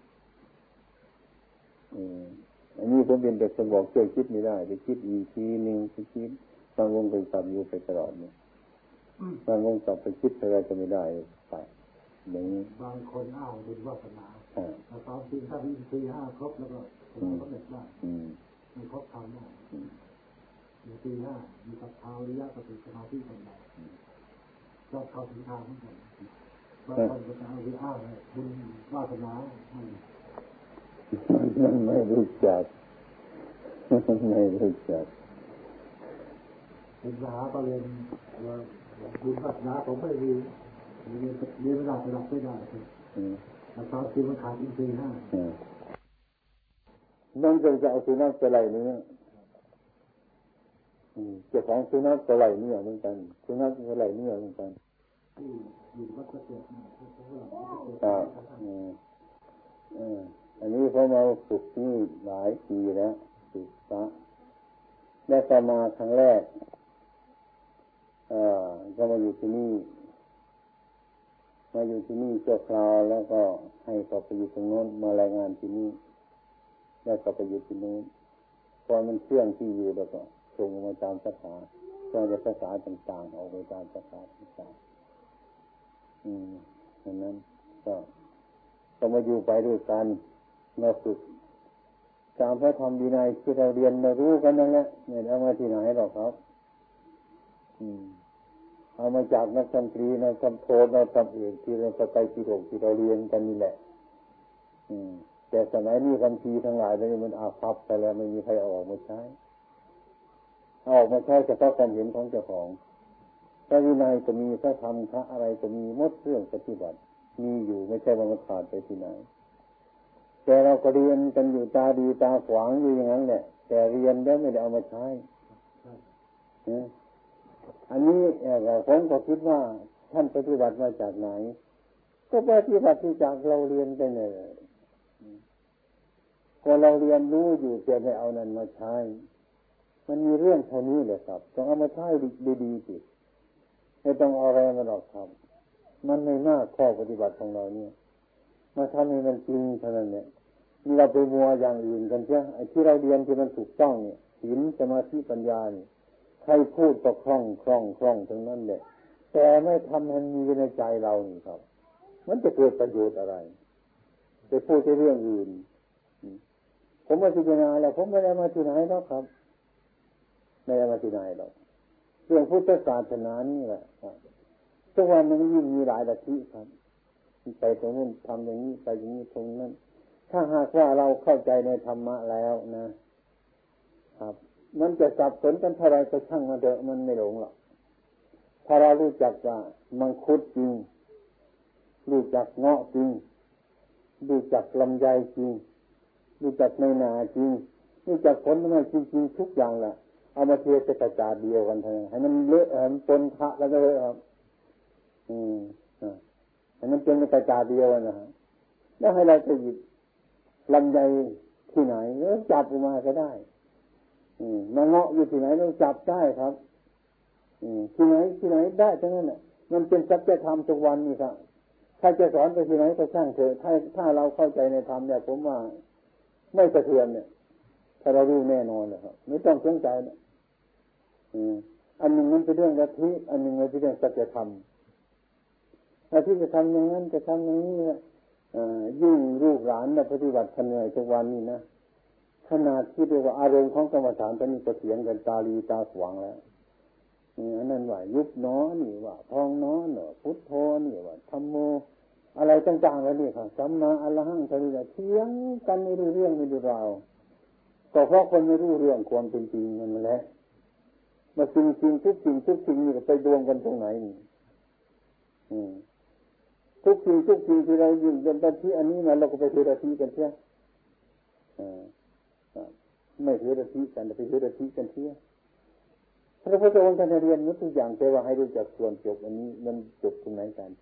อันนี้ผมเป็นแต่คนบอกช่วยคิดไม่ได้ไปคิดอีกทีหนึ่งไปคิดบางวงไปสับอยู่ไปตลอดเนี่ยบางวงสับไปคิดอะไรก็ไม่ได้ไปอย่างนี้บางคนอ้าวบุญวาสนาแต่ตอนจริงถ้ามี4-5ครบแล้วก็ผมก็เด็ดได้ไม่ครบทำได้มี4-5มีศรัทธาวิริยะสติสมาธิปัญญาก็เข้าถึงทางเหมือนกันบางคนก็เอาวิอ้าวบุญวาสนามันไม่รู้จักเป็นมหาประเด็นบุญวาสนาผมไม่มีเรียนไม่ได้ระดับไม่ได้แต่ตอนที่มันขาด4-5 นั่นจะเอาสุนัขไปไล่เนื้อเจ้าของสุนัขไปไล่เนื้อเหมือนกันสุนัขไปไล่เนื้อเหมือนกันอยู่วัดเกษตรอันนี้เขามาฝึกนี่หลายปีแล้วศึกษาได้สมาครั้งแรกก็มาอยู่ที่นี่ชั่วคราวแล้วก็ให้เขาไปอยู่ตรงโน้นมารายงานที่นี่แล้วก็ไปอยู่ที่นู้นพอมันเครื่องที่อยู่แล้วก็ส่งมาตามสาขาก็จะสาขาต่างๆออกไปตามสาขาต่างๆดังนั้นก็มาอยู่ไปด้วยกันมาฝึกตามพระธรรมวินัยที่เราเรียนเรารู้กันนั่นแหละไม่ได้เอามาที่ไหนหรอกครับเอามาจากนักธรรมตรีนักธรรมโทนักธรรมเอกที่เราไปที่เราเรียนกันนี่แหละแต่สมัยนี้คำพีทั้งหลายนี่มันอาภัพไปแล้วไม่มีใครเอาออกมาใช้เฉพาะความเห็นของเจ้าของพระวินัยก็มีพระธรรมพระอะไรก็มีหมดเรื่องปฏิบัติมีอยู่ไม่ใช่ว่ามันขาดไปที่ไหนแต่เราก็เรียนกันอยู่ตาดีตาขวางอยู่อย่างนั้นแหละแต่เรียนแล้วไม่ได้เอามาใช้อันนี้ผมก็คิดว่าท่านปฏิบัติมาจากไหนก็ปฏิบัติจากเราเรียนไปเนี่ยพอเราเรียนรู้อยู่แต่ไม่เอานั้นมาใช้มันมีเรื่องเท่านี้แหละครับต้องเอามาใช้ดีๆสิไม่ต้องเอาอะไรมาหรอกครับมันไม่น่าข้อปฏิบัติของเราเนี่ยมาทำให้มันจริงเท่านั้นเนี่ยเราไปมัวอย่างอื่นกันเสียไอ้ที่เราเรียนที่มันถูกต้องเนี่ยศีลสมาธิปัญญาเนี่ยใครพูดก็คล่องทั้งนั้นแหละแต่ไม่ทำให้มันมีในใจเรานี่ครับมันจะเกิดประโยชน์อะไรไปพูดเรื่องอื่นผมมาพิจารณาแล้วผมไม่ได้มาที่ไหนหรอกครับไม่ได้มาที่ไหนหรอกเรื่องพุทธศาสนานี่แหละทุกวันมันยิ่งมีหลายลัทธิครับไปตรงนู้นทำอย่างนี้ไปอย่างนี้ตรงนั้นถ้าหากว่าเราเข้าใจในธรรมะแล้วนะครับมันจะสับสนกันเท่าไรก็ช่างมันเถอะมันไม่หลงหรอกถ้าเรารู้จักว่ามังคุดจริงรู้จักเงาะจริงรู้จักลำไยจริงรู้จักในนาจริงรู้จักผลไม้จริงๆทุกอย่างแหละเอามาเทใส่กระจาดเดียวกันเท่านั้นให้มันเลอะให้มันปนทะแล้วก็เลอะครับให้มันเป็นกระจาดเดียวนะฮะแล้วให้เราไปหยิบลำไยที่ไหนแล้วจับออกมาก็ได้มาเงาะอยู่ที่ไหนเราจับได้ครับที่ไหนได้ทั้งนั้นน่ะมันเป็นสัจธรรมทุกวันนี่ครับถ้าจะสอนไปที่ไหนก็ช่างเถอะถ้าเราเข้าใจในธรรมเนี่ยผมว่าไม่สะเทือนเนี่ยถ้าเรารู้แน่นอนเลยครับไม่ต้องสงสัยนะอันหนึ่งมันเป็นเรื่องลัทธิอันหนึ่งมันเป็นเรื่องสัจธรรมลัทธิจะทำอย่างนั้นจะทำอย่างนี้ยิ่งลูกหลานปฏิบัติเหนื่อยทุกวันนี้นะขนาดที่เรียกว่าอารมณ์ของกรรมฐานตอนนี้ก็เถียงกันตาลีตาขวางแล้วอันนั้นว่ายุบหนอนี่ว่าพองหนอเนอพุทโธนี่ว่าธัมโมอะไรต่างๆแล้วนี่ค่ะสัมมาอรหังเท่านี้เถียงกันไม่รู้เรื่องไม่รู้ราวก็เพราะคนไม่รู้เรื่องความเป็นจริงมันแหละมาสิ่งทุกสิ่งนี่ก็ไปดวงกันตรงไหนทุกสิ่งที่เรายืนยันกันที่อันนี้มาเราก็ไปเทระทีกันเสียไม่เทระทีกันไปเทระทีกันเสียพระพุทธองค์ท่านเรียนหมดทุกอย่างแต่ว่าให้รู้จักส่วนจบอันนี้มันจบตรงไหนกัน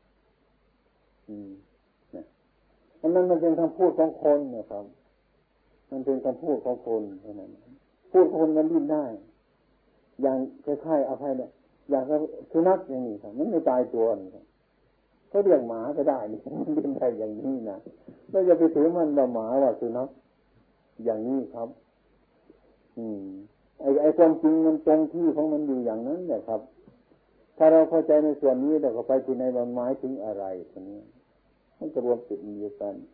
อันนั้นมันเป็นคำพูดของคนนะครับมันเป็นคำพูดของคนเท่านั้นพูดคนมันดิ้นได้อย่างคล้ายๆอภัยเนี่ยอย่างสุนัขอย่างนี้ครับมันไม่ตายตัวนี่ครับเขาเรียกหมาก็ได้นี่มันดิ้นได้อย่างนี้นะเราจะไปถือมันว่าหมาว่าสุนัขอย่างนี้ครับไอ้ความจริงมันตรงที่ของมันอยู่อย่างนั้นแหละครับถ้าเราเข้าใจในส่วนนี้เราก็ไปที่ในมันหมายถึงอะไรตรงนี้มันจะรวมจุดเดียวกัน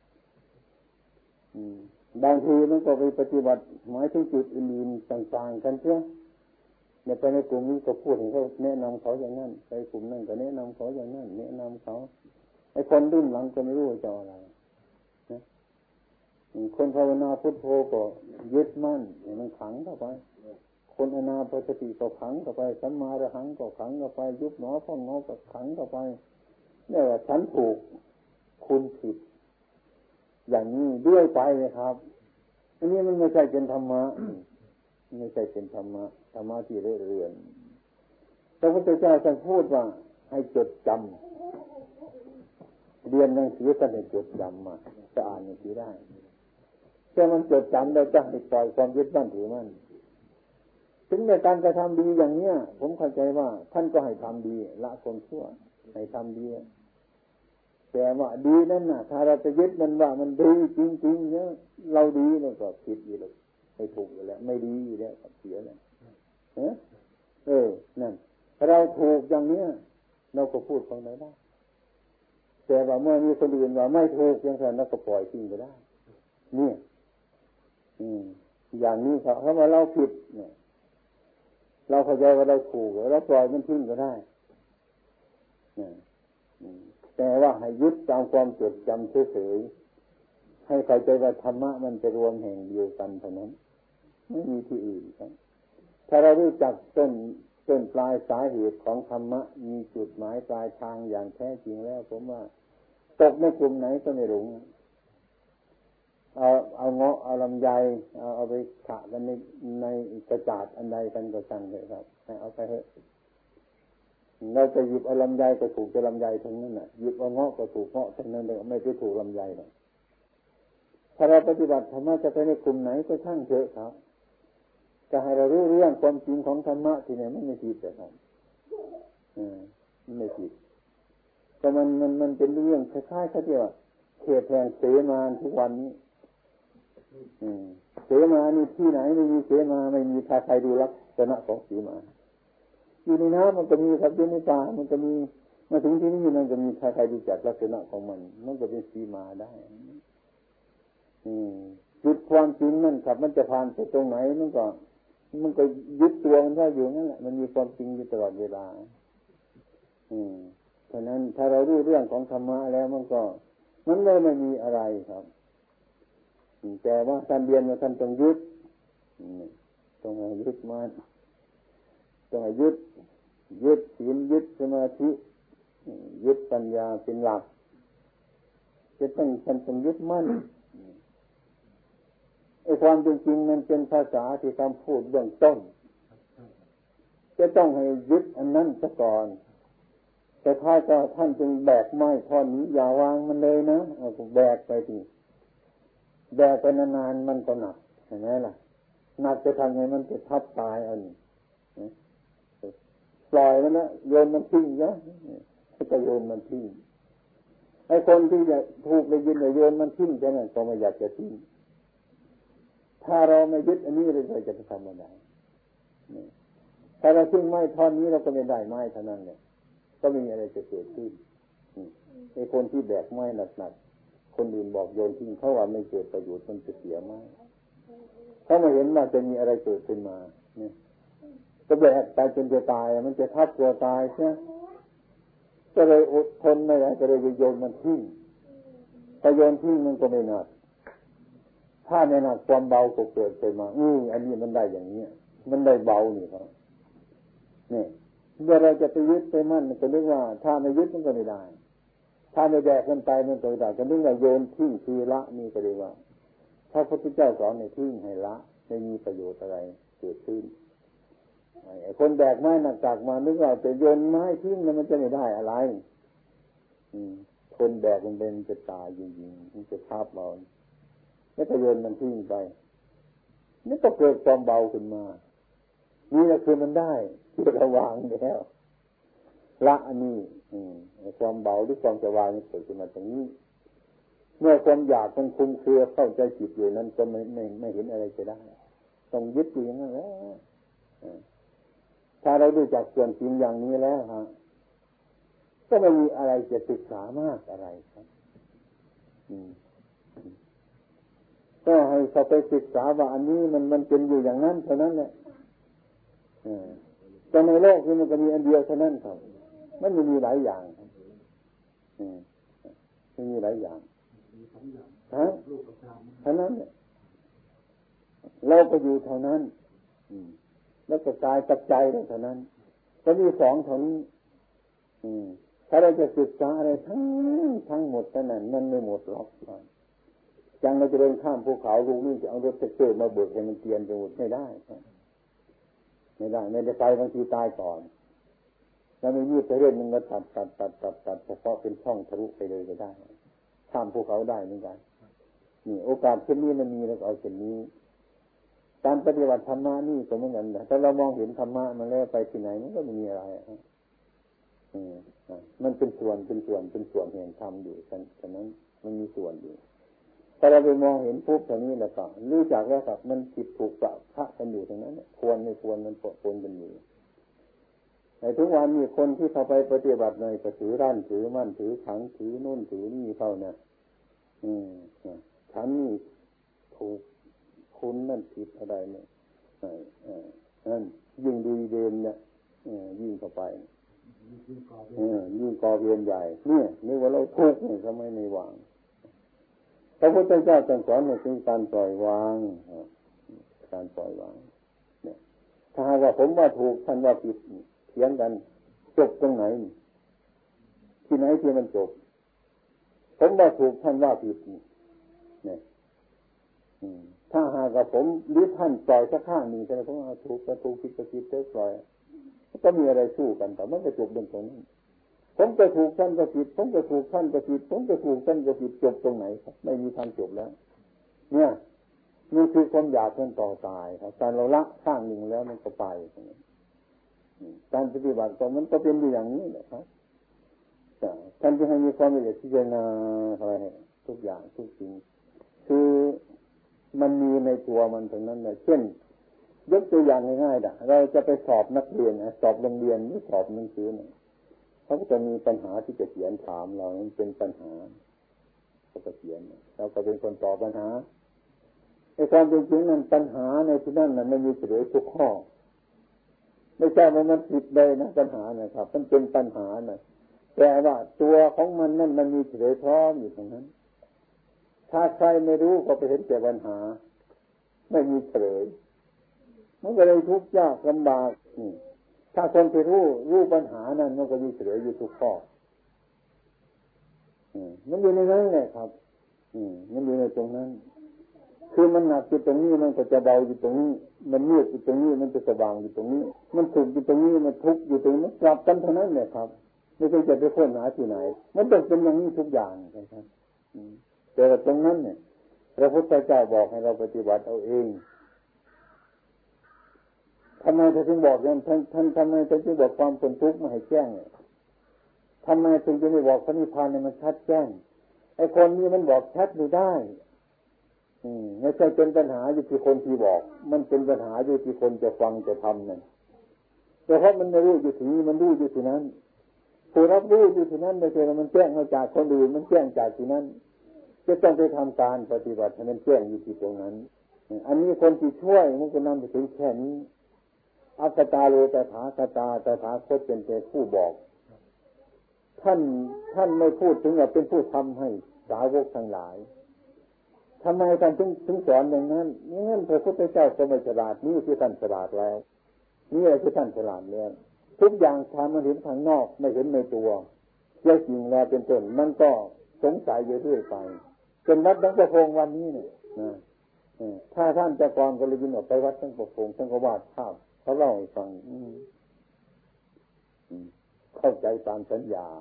บางทีมันก็ไปปฏิบัติหมายถึงจุดอื่นๆต่างๆกันเช่นในกลุ่มนี้ก็พูดถึงเขาแนะนำเขาอย่างนั้นในกลุ่มนั้นก็แนะนำเขาอย่างนั้นแนะนำเขาไอ้คนรุ่นหลังก็ไม่รู้จะอะไรนะคนภาวนาพุทโธก็ยึดมั่นมันขังเข้าไปคนอนาปานสติก็ขังเข้าไปสัมมาอรหังก็ขังเข้าไปยุบหนอพองหนอก็ขังเข้าไปเนี่ยว่าฉันถูกคุณผิดอย่างนี้ด้วยไปเลยครับอันนี้มันไม่ใช่เป็นธรรมะไม่ใช่เป็นธรรมะที่เรื่อยๆพระพุทธเจ้าท่านพูดว่าให้จดจำเรียนหนังสือท่านให้จดจำมาจะอ่านหนังสือได้แต่มันจดจำแล้วจะให้ปล่อยความยึดมั่นถือมั่นถึงในการกระทำดีอย่างเนี้ยผมเข้าใจว่าท่านก็ให้ทำดีละความชั่วให้ทำดีแต่ว่าดีนั่นน่ะถ้าเราจะยึดมันว่ามันดีจริงๆเนี่ยเราดีแล้วก็ผิดอยู่แล้วไม่ถูกอยู่แล้วไม่ดีอยู่แล้วเสียแล้วนั่นถ้าเราถูกอย่างเนี้ยเราก็พูดของไหนได้แต่ว่าเมื่อมีคนอื่นว่าไม่ถูกอย่างนั้นเราก็ปล่อยทิ้งไปได้เนี่ยอย่างนี้ครับเพราะว่าเราผิดเนี่ยเราเข้าใจว่าเราถูกเราปล่อยมันทิ้งก็ได้แต่ว่าให้ยึดตามความจดจำเฉยๆให้เข้าใจว่าธรรมะมันจะรวมแห่งเดียวกันเท่านั้นไม่มีที่อื่นครับถ้าเรารู้จักต้นปลายสาเหตุของธรรมะมีจุดหมายปลายทางอย่างแท้จริงแล้วผมว่าตกในกลุ่มไหนก็ไม่หลงเอาเงาะเอาลำไยเอาไปขะกันในกระจาดอันใดกันก็ช่างเลยครับให้เอาไปเถอะเราจะหยิบเอาลำไยก็ถูกจะลำไยทั้งนั้นน่ะหยิบเอาเงาะก็ถูกเงาะทั้งนั้นเลยไม่ได้ถูกลำไยหรอกถ้าเราปฏิบัติธรรมะจะไปในกลุ่มไหนก็ช่างเถอะครับจะให้เรารู้เรื่องความจริงของธรรมะที่ไหนมันไม่ผิดแต่ครับมันไม่ผิดแต่มันเป็นเรื่องคล้ายๆเขาเรียกว่าเขตแห่งเสมาทุกวันนี้เสมานี่ที่ไหนไม่มีเสมาไม่มีใครดูลักษณะของเสมาอยู่ในน้ำมันก็มีครับอยู่ในป่ามันก็มีมาถึงที่นี่มันก็มีใครดูจักลักษณะของมันก็เป็นเสมาได้จุดความจริงนั่นครับมันจะผ่านไปตรงไหนมันก็ยึดตัวมันได้อยู่นั่นแหละมันมีความจริงอยู่ตลอดเวลาเพราะนั้นถ้าเรารู้เรื่องของธรรมะแล้วมันเลยไม่มีอะไรครับแต่ว่าท่านเรียนว่าท่านต้องยึดต้องยึดมั่นต้องยึดศีลยึดสมาธิยึดปัญญาเป็นหลักจะต้องยึดมั่นไอ้ความจริงมันเป็นภาษาที่คำพูดเบื้องต้นจะต้องให้ยึดอันนั้นซะก่อนแต่ถ้าก็ท่านจึงแบกไม้ท่อนนี้อย่าวางมันเลยนะเอาแบกไปทีแบกไปนานๆมันก็หนักเห็นไหมล่ะหนักจะทำไงมันจะทับตายเอานี่ปล่อยมันนะโยนมันทิ้งนะจะโยนมันทิ้งไอ้คนที่จะถูกได้ยินโยนมันทิ้งแค่นั้นก็ไม่อยากจะทิ้งถ้าเราไม่ยึดอันนี้เราจะทำอะไรถ้าเราทิ้งไม้ท่อนนี้เราก็ไม่ได้ไม้เท่านั้นเนี่ยก็ไม่มีอะไรจะเกิดขึ้นไอ้คนที่แบกไม้หนักๆคนอื่นบอกโยนทิ้งเขาว่าไม่เกิดประโยชน์มันจะเสียไม้เขาไม่เห็นว่าจะมีอะไรเกิดขึ้นมาเนี่ยก็แบกตายจนจะตายมันจะทับตัวตายใช่ไหมก็เลยอดทนไม่ไหวก็เลยโยนมันทิ้งถ้าโยนทิ้งมันก็ไม่หนักถ้าไม่หนักความเบาก็เกิดขึ้นมาอันนี้มันได้อย่างนี้มันได้เบานี่ครับนี่เมื่อเราจะไปยึดไปมั่นมันก็เรียกว่าถ้าไม่ยึดมันก็ไม่ได้ถ้าไม่แบกมันไปมันก็ไม่ได้ก็เรียกว่าโยนทิ้งคือละนี่ก็เรียกว่าพระพุทธเจ้าสอนให้ทิ้งให้ละไม่มีประโยชน์อะไรเกิดขึ้นไอ้คนแบกไม้หนักๆมานึกว่าจะโยนไม้ทิ้งแล้วมันจะไม่ได้อะไรคนแบกมันเป็นจะตายจริงๆมันจะทับเราแล้วก็โยนมันทิ้งไปนี่ก็เกิดความเบาขึ้นมานี่แหละคือมันได้ที่ระวางแล้วละอันนี้ความเบาหรือความสว่างนี่เกิดขึ้นมาตรงนี้เมื่อความอยากมันคุมเครือเข้าใจจิตอยู่นั้นก็ไม่เห็นอะไรจะได้ต้องยึดอยู่อย่างนั้นแล้วถ้าเราดูจากส่วนจริงอย่างนี้แล้วฮะก็ไม่มีอะไรจะศึกษามากอะไรครับก็ให้เขาไปศึกษาว่าอันนี้มันเป็นอยู่อย่างนั้นเท่านั้นแหละแต่ในโลกนี้มันก็มีอันเดียวเท่านั้นครับมันมีหลายอย่างมันมีหลายอย่างฮะเท่านั้นเนี่ยเราก็อยู่เท่านั้นแล้วก็กายกับใจเท่านั้นก็มีสองเท่านี้ถ้าเราจะศึกษาอะไรทั้งหมดเท่านั้นมันไม่หมดหรอกจังเราจะเดินข้ามภูเขาลูกนี่จะเอารถเตอร์มาเบิกให้มันเตียนไปหมดไม่ได้ไม่ได้ไปบางทีตายก่อนแล้วไม่มีดไปเรื่อยมันก็ตัดเฉพาะเป็นช่องทะลุไปเลยก็ได้ข้ามภูเขาได้เหมือนกันนี่โอกาสเช่นนี้มันมีแล้วเอาเช่นนี้การปฏิบัติธรรมะนี่ก็เหมือนกันถ้าเรามองเห็นธรรมะมันแล้วไปที่ไหนมันก็ไม่มีอะไรมันเป็นส่วนแห่งธรรมอยู่ฉะนั้นมันมีส่วนอยู่ถ้าเราไปมองเห็นปุ๊บตรงนี้แล้วก็รู้จักแล้วครับมันผิดถูกประพะกันอยู่ตรงนั้นควรไม่ควรมันปนกันอยู่ในทุกวันมีคนที่เข้าไปปฏิบัติในก็ถือร่านถือมั่นถือขังถือนู่นถือนี่เข้าเนี่ยฉันนี่ถูกคุณนั่นผิดอะไรเนี่ยนั่นยิ่งดีเด่นเนี่ยยิ่งเข้าไปยิ่งก่อเวรใหญ่เนี่ยนึกว่าเราทุกข์เนี่ยทำไมไม่วางพระพุทธเจ้าสอนในสิ่งการปล่อยวางเนี่ยถ้าว่าผมว่าถูกท่านว่าผิดเถียงกันจบตรงไหนที่ไหนที่มันจบผมว่าถูกท่านว่าผิดเนี่ยถ้าหากว่าผมหรือท่านปล่อยสักข้างหนึ่งแต่ผมว่าถูกก็ถูกผิดก็ผิดปล่อยก็มีอะไรสู้กันแต่มันจะจบตรงนั้นผมจะถูกท่านก็ผิดผมจะถูกท่านก็ผิดผมจะถูกท่านก็ผิดจบตรงไหนครับไม่มีทางจบแล้วเนี่ยนี่คือความอยากมันต่อตายครับการเราละข้างหนึ่งแล้วมันก็ไปการปฏิบัติมันก็เป็นอย่างนี้แหละครับท่านจะให้มีความละเอียดพิจารณาอะไรทุกอย่างทุกสิ่งคือมันมีในตัวมันตรงนั้นนะเช่นยกตัวอย่างง่ายๆเราจะไปสอบนักเรียนสอบโรงเรียนหรือสอบหนังสือเนี่ยเขาก็จะมีปัญหาที่จะเขียนถามเรามันเป็นปัญหาเขาก็เขียนเราก็เป็นคนตอบปัญหาไอ้ความจริงนั้นปัญหาในที่นั่นมันไม่มีเฉลยทุกข้อไม่ใช่ว่ามันผิดเลยนะปัญหานะครับมันเป็นปัญหานะแต่ว่าตัวของมันนั่นมันมีเฉลยพร้อมอยู่ตรงนั้นถ้าใครไม่รู้ก็ไปเห็นแต่ปัญหาไม่มีเฉลยมันก็เลยทุกข์ยากลำบากถ้าคนที่รู้ปัญหานั้นมันก็มีเฉลยอยู่ทุกข้อมันอยู่ในนั้นแหละครับมันอยู่ในตรงนั้นคือมันหนักอยู่ตรงนี้มันก็จะเบาอยู่ตรงนี้มันมืดอยู่ตรงนี้มันจะสว่างอยู่ตรงนี้มันสุขอยู่ตรงนี้มันทุกข์อยู่ตรงนี้มันกลับกันเท่านั้นแหละครับไม่ใช่จะไปค้นหาที่ไหนมันต้องเป็นอย่างนี้ทุกอย่างนะครับแต่ตรงนั้นเนี่ยพระพุทธเจ้าบอกให้เราปฏิบัติเอาเองทำไมท่านถึงบอกอย่างท่านทำไมท่านจึงบอกความพ้นทุกข์ไม่ให้แจ้งทำไมถึงจะไม่บอกพระนิพพานเนี่ยมันชัดแจ้งไอ้คนนี้มันบอกชัดไม่ได้ไม่ใช่เป็นปัญหาอยู่ที่คนที่บอกมันเป็นปัญหาอยู่ที่คนจะฟังจะทำนั่นแต่เพราะมันไม่รู้อยู่ที่นี่มันรู้อยู่ที่นั้นผู้รับรู้อยู่ที่นั้นไม่ใช่ว่ามันแจ้งมาจากคนอื่นมันแจ้งจากที่นั้นจะต้องไปทำการปฏิบัติให้มันแจ้งอยู่ที่ตรงนั้นอันนี้คนที่ช่วยมันก็นำไปถึงแค่นี้อัตตาโลตถาคตาตถาคตเป็นแต่ผู้บอกท่านไม่พูดถึงว่าเป็นผู้ทำให้สาวกทั้งหลายทำไมท่านถึงสอนอย่างนั้นนี่งั้นพระพุทธเจ้าก็ไม่ฉลาดนี่คือท่านฉลาดแล้วนี่คือท่านฉลาดแล้วทุกอย่างทำมันเห็นทางนอกไม่เห็นในตัวเรื่องจริงแล้วเป็นต้นมันก็สงสัยอยู่เรื่อยไปจนวัดตั้งประพงวันนี้เนี่ยถ้าท่านจะกรก็เลยยินออกไปวัดตั้งประพงท่านก็วาดภาพเขาเล่าให้ฟังเข้าใจตามสัญญา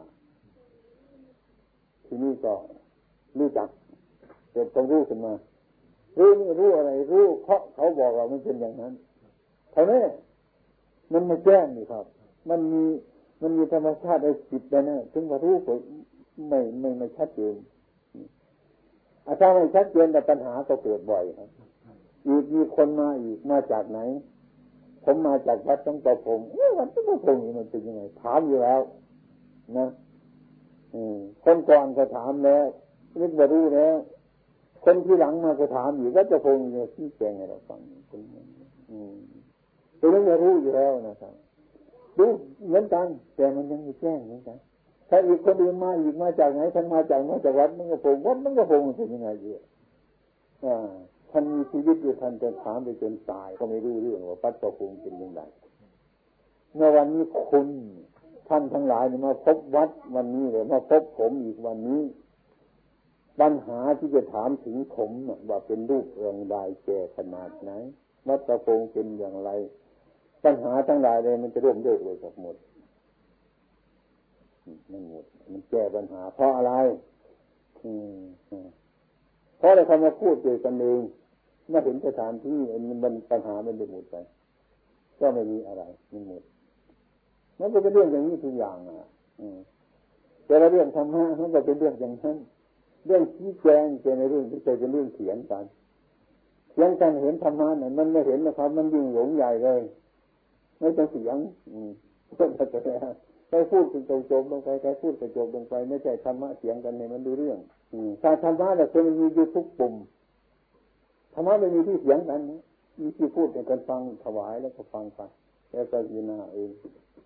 ทีนี้ก็รู้จักเกิดต้องรู้ขึ้นมารู้นี่รู้อะไรรู้เพราะเขาบอกเรามันเป็นอย่างนั้นเท่านั้นมันไม่แจ้งนี่ครับมันมีธรรมชาติในจิตแล้วนะถึงว่ารู้ก็ไม่ชัดเจนถ้าไม่ชัดเจนแต่ปัญหาก็เกิดบ่อยครับอีกมีคนมาอีกมาจากไหนผมมาจากวัดต้องประพงวัดต้องประพงนี่มันเป็นยังไงถามอยู่แล้วนะคนก่อนก็ถามแล้วนึกว่ารู้แล้วคนที่หลังมาก็ถามอยู่ว่าจะพงเนี่ยชี้แจงให้เราฟังตัวนี้รู้อยู่แล้วนะครับรู้เหมือนกันแต่มันยังไม่แจ้งเหมือนกันถ้าอีกคนอื่นมาอีกมาจากไหนท่านมาจากวัดมันก็พงวัดมันก็พงมันเป็นยังไงอยู่ท่านมีชีวิตอยู่ท่านจะถามไปจนตายก็ไม่รู้เรื่องว่าปัจจุบันเป็นยังไงเมื่อวันนี้คุณท่านทั้งหลายมาพบวัดวันนี้เลยมาพบผมอีกวันนี้ปัญหาที่จะถามถึงผมว่าเป็นรูปเรื่องใดแก่ขนาดไหนวัดประพงเป็นอย่างไรปัญหาทั้งหลายเลยมันจะร่วมโยกเลยกับหมดมันหมดมันแก้ปัญหาเพราะอะไรเพราะอะไรเขามาพูดเกี่ยวกันเองเมื่อเห็นสถานที่มันปัญหามันได้หมดไปก็ไม่มีอะไรมันหมดมันก็เป็นเรื่องอย่างนี้ทุกอย่างแต่ละเรื่องธรรมะมันก็เป็นเรื่องอย่างนั้นเรื่องชี้แจงเป็นในเรื่องที่เป็นเรื่องเถียงกันเห็นธรรมะเนี่ยมันไม่เห็นนะครับมันยิ่งหลงใหญ่เลยไม่ต้องเสียงใครพูดกันจบลงไปใครพูดกันจบลงไปไม่ใช่ธรรมะเสียงกันเนี่ยมันดูเรื่องการธรรมะเนี่ยมันมีอยู่ทุกปุ่มธรรมะไม่มีที่เสียงกันนะมีที่พูดกันฟังถวายแล้วก็ฟังไปแล้วก็ยินหน้าเอง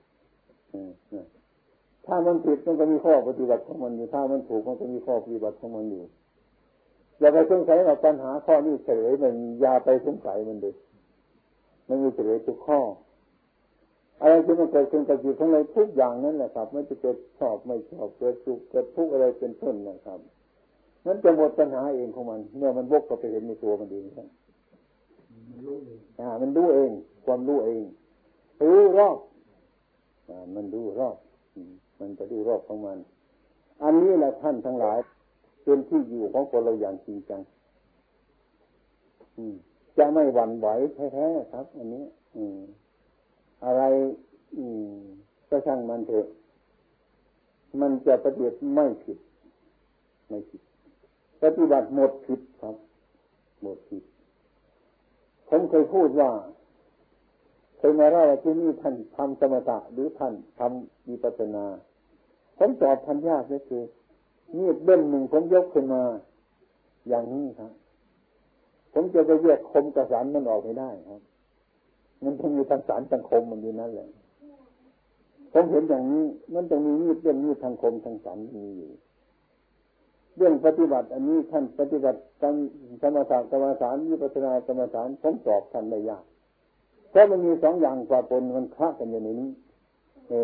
ถ้ามันผิดมันก็มีข้อปฏิบัติของมันอยู่ถ้ามันถูกมันก็มีข้อปฏิบัติของมันอยู่อย่าไปสงสัยว่าปัญหาข้อนี้เฉลยมันอย่าไปสงสัยมันเลยมันมีเฉลยทุกข้ออะไรที่มันเกิดขึ้นกับจิตของเราทุกอย่างนั้นแหละครับมันจะเกิดชอบไม่ชอบเกิดสุขเกิดทุกข์อะไรเป็นต้นนะครับมันจะหมดปัญหาเองของมันเมื่อมันวกเข้าไปเห็นในตัวมันเองครับมันรู้เองความรู้เองรู้รอบมันรู้รอบมันจะดูรอบของมันอันนี้แหละท่านทั้งหลายเป็นที่อยู่ของคนเราอย่างจริงจังจะไม่หวั่นไหวแท้ๆครับอันนี้อะไรก็ช่างมันเถอะมันจะปฏิบัติไม่ผิดปฏิบัติหมดผิดครับหมดผิดผมเคยพูดว่าเคยมาเล่าว่าที่นี่ท่านทำสมถะหรือท่านทำวิปัสสนาผมตอบทันยากเลยคือมีดเล่มหนึ่งผมยกขึ้นมาอย่างนี้ครับผมจะไปแยกคมกับสารมันออกไม่ได้ครับมันต้องมีทางสารทางคมมันอยู่นั่นแหละผมเห็นอย่างนี้มันต้องมีมีดเล่มนี้ทางคมทางสารมีอยู่เรื่องปฏิบัติอันนี้ท่านปฏิบัติสมถะกรรมฐานวิปัสสนากรรมฐานผมตอบท่านได้ยากเพราะมันมีสองอย่างกว่าปนมันคละกันอยู่ในนี้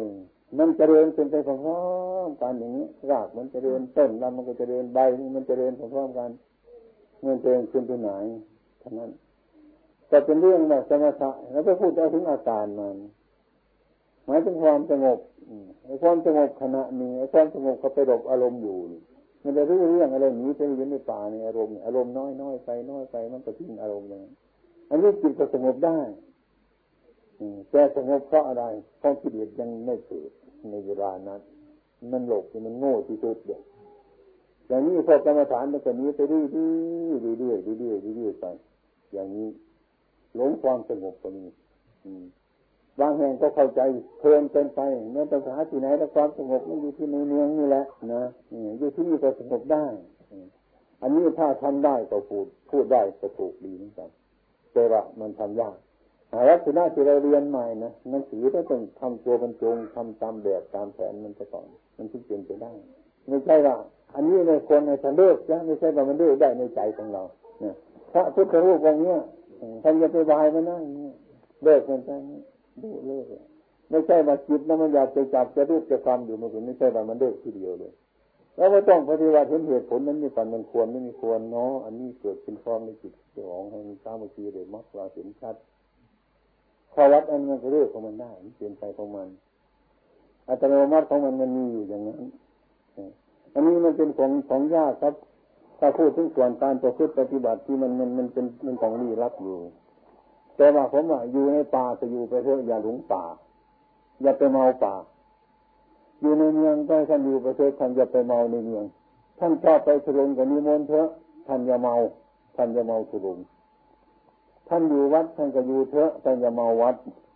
มันเจริญเป็นไปพร้อมๆกันอย่างนี้รากมันเจริญต้นลำมันก็เจริญใบมันเจริญพร้อมๆกันมันเจริญขึ้นไปไหนเท่านั้นแต่เป็นเรื่องแบบสมถะแล้วไปพูดถึงอาการมันหมายถึงความสงบไอ้ความสงบขณะนี้ไอ้ความสงบก็ไปหลบอารมณ์อยู่มันจะรู้เรื่องอะไรหนีไปอยู่ในป่าในอารมณ์น้อยไปมันก็ทิ้งอารมณ์อย่างนั้นอันนี้จิตก็สงบได้แต่สงบเพราะอะไรเพราะกิเลสยังไม่เกิดในเวลานั้นมันหลบมันโง่ที่สุดเดียวอย่างนี้พอกรรมฐานมันก็นี้ไปเรื่อยไปอย่างนี้หลงความสงบก็มีบางแห่งก็เข้าใจเพลินเกินไปเมื่อภาษาที่ไหนแต่ความสงบมันอยู่ที่ในเมืองนี่แหละนะอยู่ที่นี่ก็สงบได้อันนี้ถ้าทำได้ก็พูดได้ก็ถูกดีเหมือนกันแต่ว่ามันทำยากลักษณะที่เราเรียนใหม่นะหนังสือก็ต้องทำตัวบรรจงทำตามแบบตามแผนมันจะก่อนมันถึงเป็นไปได้ไม่ใช่ว่าอันนี้ในคนในทันเลิกนะไม่ใช่ว่ามันเลิกได้ในใจของเราเนี่ยพระพุทธรูปองค์เนี้ยท่านจะไปบายมันนะเลิกมันไปดูเลิกไม่ใช่มาจิตนะมันอยากจะจับจะรูปจะความอยู่มันไม่ใช่ว่ามันเลิกทีเดียวเลยแล้วไม่ต้องปฏิบัติเห็นเหตุผลนั้นมีก่อนมันควรไม่มีควรเนาะอันนี้เกิดเป็นความในจิตของให้มันสามัคคีเลยมักเราเห็นชัดข้อวัดอันมันก็เรื่องของมันได้มันเปลี่ยนไปของมันอัตโนมัติของมันมีอยู่อย่างนั้นอันนี้มันเป็นของยากครับถ้าพูดถึงส่วนการประพฤติปฏิบัติที่มันเป็นของลี้ลับอยู่แต่ว่าผมว่าอยู่ในป่าจะอยู่ไปเถอะอย่าหลงป่าอย่าไปเมาป่าอยู่ในเมืองก็ท่านอยู่ไปเถอะท่านอย่าไปเมาในเมืองท่านชอบไปทุรงกับนิมนต์เถอะท่านอย่าเมาทุรงท่านอยู่วัดท่านก็อยู่เถอะท่านอย่าเมาวัด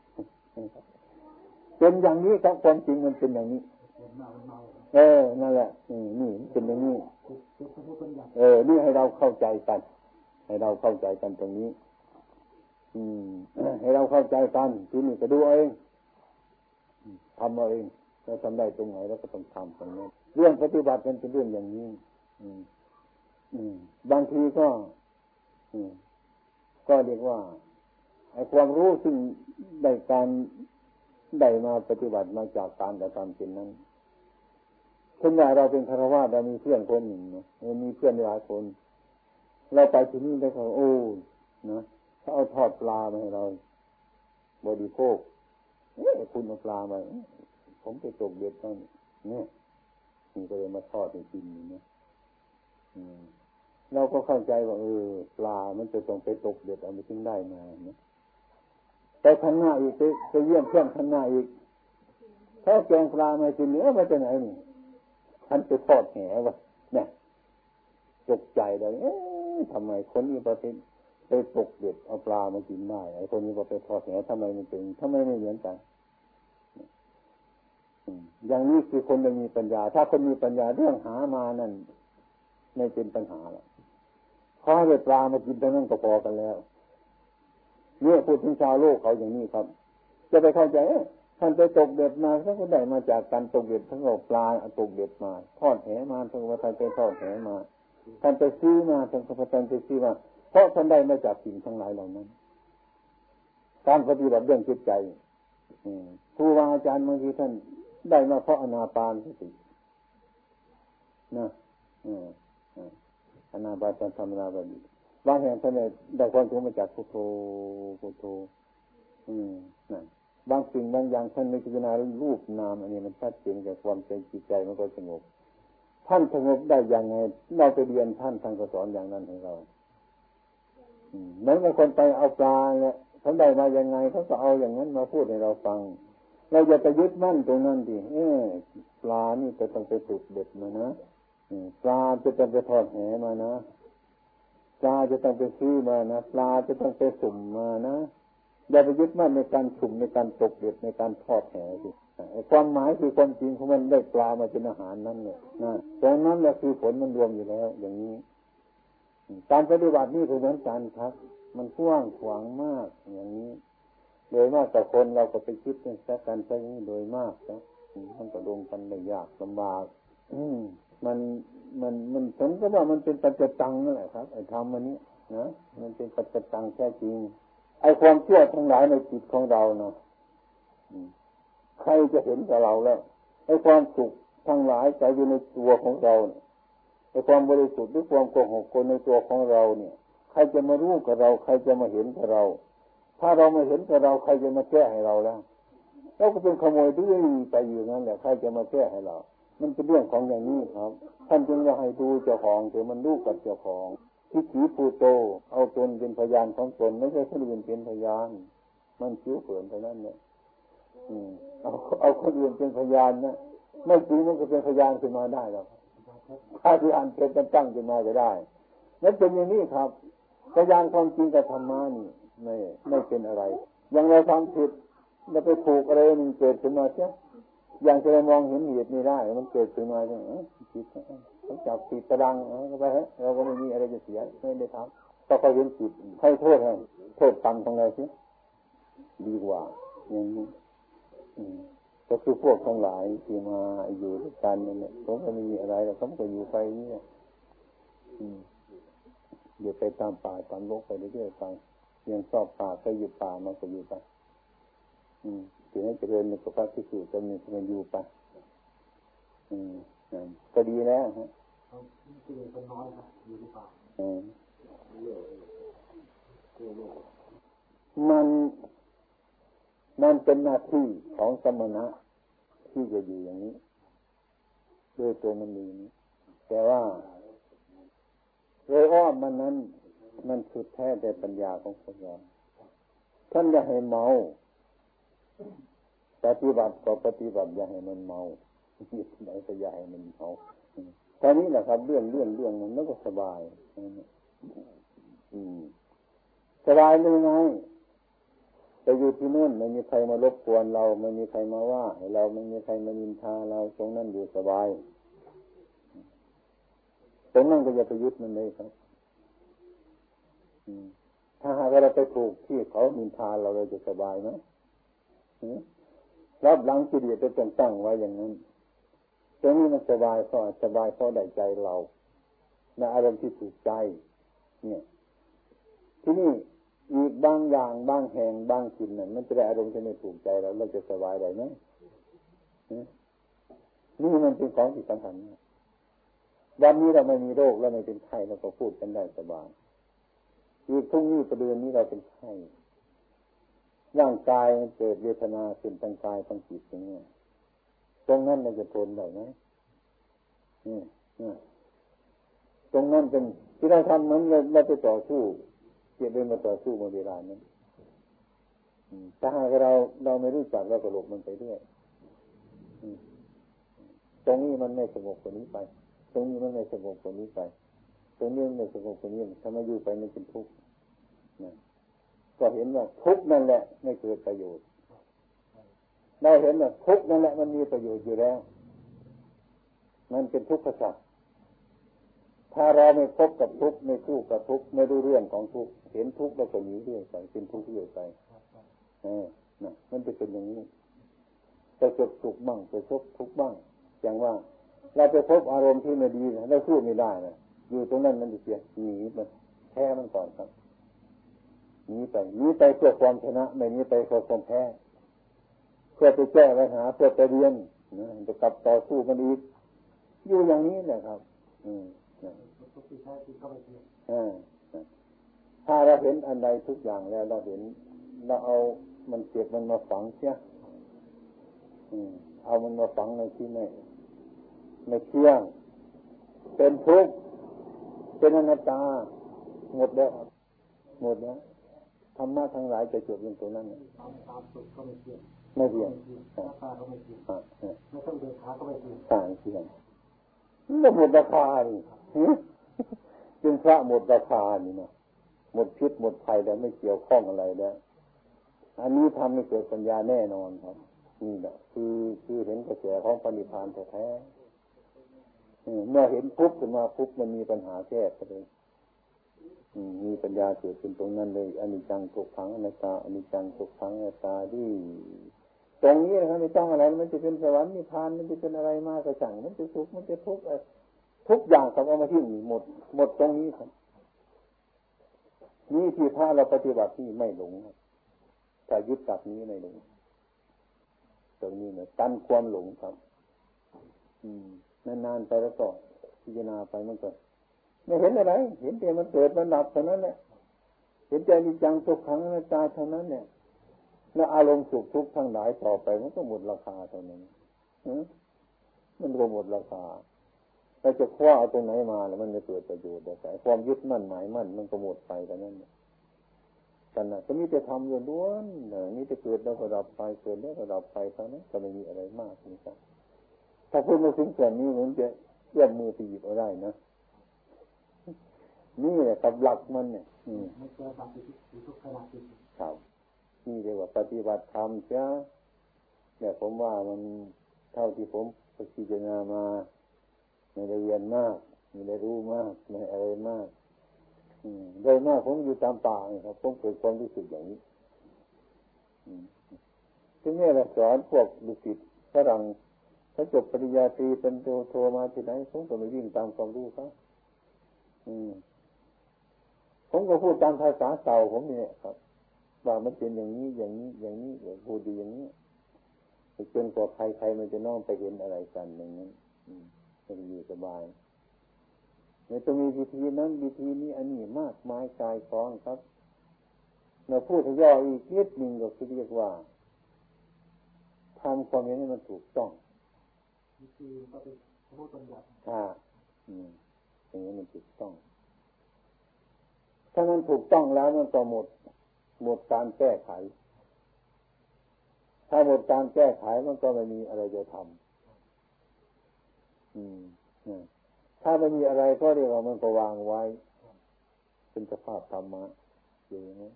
เป็นอย่างนี้ครับความจริงมันเป็นอย่างนี้นั่นแหละนี่เป็นอย่างนี้นี่ให้เราเข้าใจกันตรงนี้ให้เราเข้าใจกันที่นี่ก็ดูเองทำเอาเองเราทำได้ตรงไหนเราก็ต้องทำตรงนั้นเรื่องปฏิบัติมันเป็นเรื่องอย่างนี้บางทีก็เรียกว่าไอ้ความรู้ซึ่งได้มาปฏิบัติมาจากการกระทำเป็นนั้นเช่นว่าเราเป็นฆราวาสเรามีเพื่อนคนหนึ่งนะมีเพื่อนหลายคนเราไปที่นี่ได้เขานะเขาเอาทอดปลามาให้เราบริโภคคุณเอาปลามาผมไปตกเบ็ดนั่นเนี่ยนี่ก็เลยมาทอดให้กินนะเราก็เข้าใจว่าปลามันจะต้องไปตกเบ็ดเอาไปถึงได้มานะแต่ข้างหน้าอีกไปเยี่ยมเพื่อนข้างหน้าอีกถ้าแกงปลามากินเนื้อมาจากไหนนี่ฉันไปทอดแหวะเนี่ยตกใจเลยทำไมคนนี้ประเภทไปตกเบ็ดเอาปลามากินได้ไอ้คนนี้ก็ไปทอดแหทำไมมันเป็นทำไมไม่เหมือนกันอย่างนี้คือคนไม่มีปัญญาถ้าคนมีปัญญาเรื่องหามานั่นไม่เป็นปัญหาหรอกขอให้ได้ปลามากินเท่านั้นก็พอกันแล้วเนี่ยพูดถึงชาวโลกเขาอย่างนี้ครับจะไปเข้าใจท่านไปตกเบ็ดมาท่านก็ได้มาจากการตกเบ็ดทั้งเอาปลาตกเบ็ดมาทอดแหมาทั้งว่าท่านไปทอดแหมาท่านไปซื้อมาท่านก็ท่านไปซื้อมาเพราะท่านได้มาจากสิ่งทั้งหลายเหล่านั้นการปฏิบัติเรื่องจิตใจครูบาอาจารย์บางทีท่านได้มาเพราะอานาปานสตินะอานาปานธรรมนาบดีบางแห่งท่านได้ความรู้มาจากพุทโธนั่นบางสิ่งบางอย่างท่านไม่พิจารณารูปนามอันนี้มันชัดเจนกับความใจจิตใจมันก็สงบท่านสงบได้อย่างไงเราไปเรียนท่านก็สอนอย่างนั้นให้เราเหมือนกับคนไปเอาปลาเนี่ยเขาได้มาอย่างไงเขาก็เอาอย่างนั้นมาพูดให้เราฟังเราอย่าไปยึดมั่นตรงนั้นดิปลานี่จะต้องไปถูกเบ็ดมานะปลาจะต้องไปทอดแหมานะปลาจะต้องไปซื้อมานะปลาจะต้องไปสุ่มมานะอย่าไปยึดมั่นในการสุ่มในการตกเบ็ดในการทอดแหดิความหมายคือความจริงของมันได้ปลามาเป็นอาหารนั่นเนี่ยนะตรงนั้นแหละคือผลมันรวมอยู่แล้วอย่างนี้การปฏิบัตินี่คือเหมือนกันครับมันกว้างขวางมากอย่างนี้โดยมากแต่คนเราก็ไปคิดในสถานการณ์นี้โดยมากนะมันก็ลงกันได้ยากลำบากมันผมก็ว่ามันเป็นปัจจตังนั่นแหละครับไอ้ธรรมอันนี้นะมันเป็นปัจจตังแท้จริงไอ้ความชั่วทั้งหลายในจิตของเราเนาะใครจะเห็นกับเราแล้วไอ้ความสุขทั้งหลายใจอยู่ในตัวของเราไอ้ความบริสุทธิ์หรือความโกหกคนในตัวของเราเนี่ยใครจะมารู้กับเราใครจะมาเห็นกับเราถ้าเราไม่เห็นกับเราใครจะมาแก้ให้เราแล้วเราก็เป็นขโมยดื้อไปอยู่นั่นแหละใครจะมาแก้ให้เรามันเป็นเรื่องของอย่างนี้ครับท่านจึงจะให้ดูเจ้าของแต่มันรู้กับเจ้าของทิฏฐิปูโตเอาตนเป็นพยานของตนไม่ใช่คนอื่นเป็นพยานมันคิ้วเขินเท่านั้นเนี่ยเอาคนอื่นเป็นพยานนะไม่จริงมันก็เป็นพยานขึ้นมาได้หรอกถ้าที่อ่านเป็นตั้งขึ้นมาจะได้นั่นเป็นอย่างนี้ครับพยานความจริงกับธรรมะนี่ไม่เป็นอะไรอย่างเราทำผิดเราไปถูกอะไรมันเกิดขึ้นมาใช่อย่างจะมองเห็นเหตุไม่ได้มันเกิดขึ้นมาใช่ไหมผิดเขาจับผิดกระดังก็ไปเราก็ไม่มีอะไรจะเสียไม่ได้ทำก็ค่อยเห็นผิดให้โทษให้โทษกรรมของเราสิดีกว่าอย่างนี้ก็คือพวกทั้งหลายที่มาอยู่ด้วยกันเนี่ยผมก็ไม่มีอะไรหรอกผมก็อยู่ไปนี่เดี๋ยวไปตามป่าตามโลกไปเรื่อยๆไปยังชอบป่าไปอยู่ป่ามันก็อยู่ไปถึงให้เจริญในสุขภาพที่สุดจะมีมันอยู่ไปก็ดีแล้วฮะเป็นน้อยครับอยู่ในป่ามันเป็นหน้าที่ของสมณะที่จะอยู่อย่างนี้ด้วยตัวมันนี้แต่ว่าโดยอ้อมมันนั้นมันสุดแท้แต่ปัญญาของคนเราท่านอย่าให้เมาปฏิบัติก็ปฏิบัติอย่าให้มันเมาไหนก็อย่าให้มันเมาแค่นี้แหละครับเรื่องมันก็สบายสบายเลยไงไปอยู่ที่นู่นไม่มีใครมารบกวนเราไม่มีใครมาว่าให้เราไม่มีใครมานินทาเราตรงนั้นอยู่สบายตรงนั้นก็อย่าไปยึดมันเลยครับถ้าหากเราไปถูกที่เขานินทาเราจะสบายไหมรับหลังกิเลสไปตั้งไว้อย่างนั้นตรงนี้มันสบายเพราะได้ใจเราในอารมณ์ที่ถูกใจเนี่ยที่นี่อีกบางอย่างบางแห่งบางถิ่นนั่นมันจะได้อารมณ์ที่ไม่ถูกใจเราจะสบายได้ไหมนี่มันเป็นของที่สำคัญวันนี้เราไม่มีโรคแล้วไม่เป็นไข้เราก็พูดกันได้สบายอีกพรุ่งนี้ประเดือนนี้เราเป็นไข้ร่างกายมันเกิดเวทนาขึ้นทางกายทางจิตอย่างนี้ตรงนั้นเราจะทนได้ไหมตรงนั้นเป็นที่เราทำนั้นเราไปต่อสู้เกี่ยวกับมาต่อสู้มาเวลานั้นถ้าหากเราไม่รู้จักเราก็หลบมันไปด้วยตรงนี้มันไม่สงบกว่านี้ไปตรงนี้มันไม่สงบกว่านี้ไปตรงนี้มันไม่สงบกว่านี้ถ้ามาอยู่ไปมันเป็นทุกข์ก็เห็นว่าทุกข์นั่นแหละไม่เกิดประโยชน์เราเห็นว่าทุกข์นั่นแหละมันมีประโยชน์อยู่แล้วมันเป็นทุกข์สัจถ้าเราไม่พบกับทุกข์ไม่สู้กับทุกข์ไม่รู้เรื่องของทุกข์เห็นทุกข์แล้วก็หนีเรื่อยไปเป็นทุกข์เรื่อยไปมันจะเป็นอย่างนี้จะเกิดสุขบ้างจะพบทุกข์บ้างอย่างว่าเราไปพบอารมณ์ที่ไม่ดีเราสู้ไม่ได้นะอยู่ตรงนั้นมันจะเสียหนีมันแพ้มันก่อนครับหนีไปเพื่อความชนะไม่หนีไปเพื่อความแพ้เพื่อไปแก้ปัญหาเพื่อไปเรียนจะกลับต่อสู้มันอีกอยู่อย่างนี้แหละครับถ้าเราเห็นอันใดทุกอย่างแล้วเราเห็นเราเอามันเก็บมันมาฝังเสียเอามันมาฝังในที่ไม่เที่ยงเป็นทุกข์เป็นอนัตตาหมดแล้วธรรมะทั้งหลายจะจบลงตรงนั้นตามสุขก็ไม่เที่ยงไม่เที่ยงตาก็ไม่เที่ยงไม่ต้องเดินขาก็ไม่เที่ยงเที่ยงแล้วหมดราคานี่เป็นพระหมดราคานี่นะหมดพิษหมดภัยแล้วไม่เกี่ยวข้องอะไรแล้วอันนี้ทำให้เกิดปัญญาแน่นอนครับนี่แหละคือเห็นกระแสของปณิพพานแท้ๆเมื่อเห็นปุ๊บขึ้นมาปุ๊บมันมีปัญหาแก้ไปเลยมีปัญญาเกิดขึ้นตรงนั้นเลยอนิจจังทุกขังอนัตตาอนิจจังทุกขังอนัตตาที่ตรงนี้นะครับไม่ต้องอะไรมันจะเป็นสวรรค์นิพพานมันจะเป็นอะไรมากระจังมันจะสุขมันจะทุกข์ทุกอย่างครับเอามาที่นี่หมดตรงนี้ครับนี่ที่ถ้าเราปฏิบัติที่ไม่หลงแต่ยึดกับนี้ไม่หลงตรงนี้เนี่ยตันความหลงครับนานๆไปแล้วก็พิจารณาไปมันก็ไม่เห็นอะไรเห็นแต่มันเกิดมันดับเท่านั้นแหละเห็นใจอนิจจังทุกขังอนัตตาเท่านั้นเนี่ยแล้วอารมณ์สุขทุกข์ทั้งหลายต่อไปมันก็หมดราคาเท่านั้นมันก็หมดราคาเราจะคว้าเอาตรงไหนมาแล้วมันจะเกิดประโยชน์แต่ความยึดมั่นหมายมั่นมันก็หมดไปเท่านั้นกันนะก็มีแต่ทำล้วนๆนี่จะเกิดแล้วก็ดับไปเกิดแล้วก็ดับไปเท่านั้นก็ไม่มีอะไรมากนี่ครับถ้าพูดมาถึงส่วนนี้มันจะเอื้อมมือไปหยิบเอาได้นะนี่แหละกับหลักมันเนี่ยมันจะดับไปทุกขณะจิตครับนี่เรียกว่าปฏิบัติธรรมเจ้าเนี่ยผมว่ามันเท่าที่ผมพิจารณามาไม่ได้เรียนมากไม่ได้รู้มากไม่อะไรมากโดยมากผมอยู่ตามป่าครับผมเกิดความรู้สึกอย่างนี้ที่นี่เราสอนพวกลูกศิษย์ฝรั่งเขาจบปริญญาตรีเป็นโทมาที่ไหนผมก็ไม่วิ่งตามความรู้เขาผมก็พูดตามภาษาเก่าผมนี่ครับว่ามันเป็นอย่างนี้อย่างนี้อย่างนี้พูดดีอย่างนี้จนกว่าใครมันจะน้อมไปเห็นอะไรกันอย่างนั้นจะอยู่สบายไม่ต้องมีวิธีนั้นวิธีนี้อันนี้มากมายกายกองครับเราพูดย่ออีกนิดหนึ่งก็คือเรียกว่าทำความเห็นให้มันถูกต้องวิธีก็เป็นสมมติบัญญัติอย่างนี้มันถูกต้องถ้ามันถูกต้องแล้วมันก็หมดการแก้ไขถ้าหมดการแก้ไขมันก็ไม่มีอะไรจะทำถ้าไม่มีอะไรก็เรียกว่ามันก็วางไว้เป็นสภาพธรรมะอย่างนี้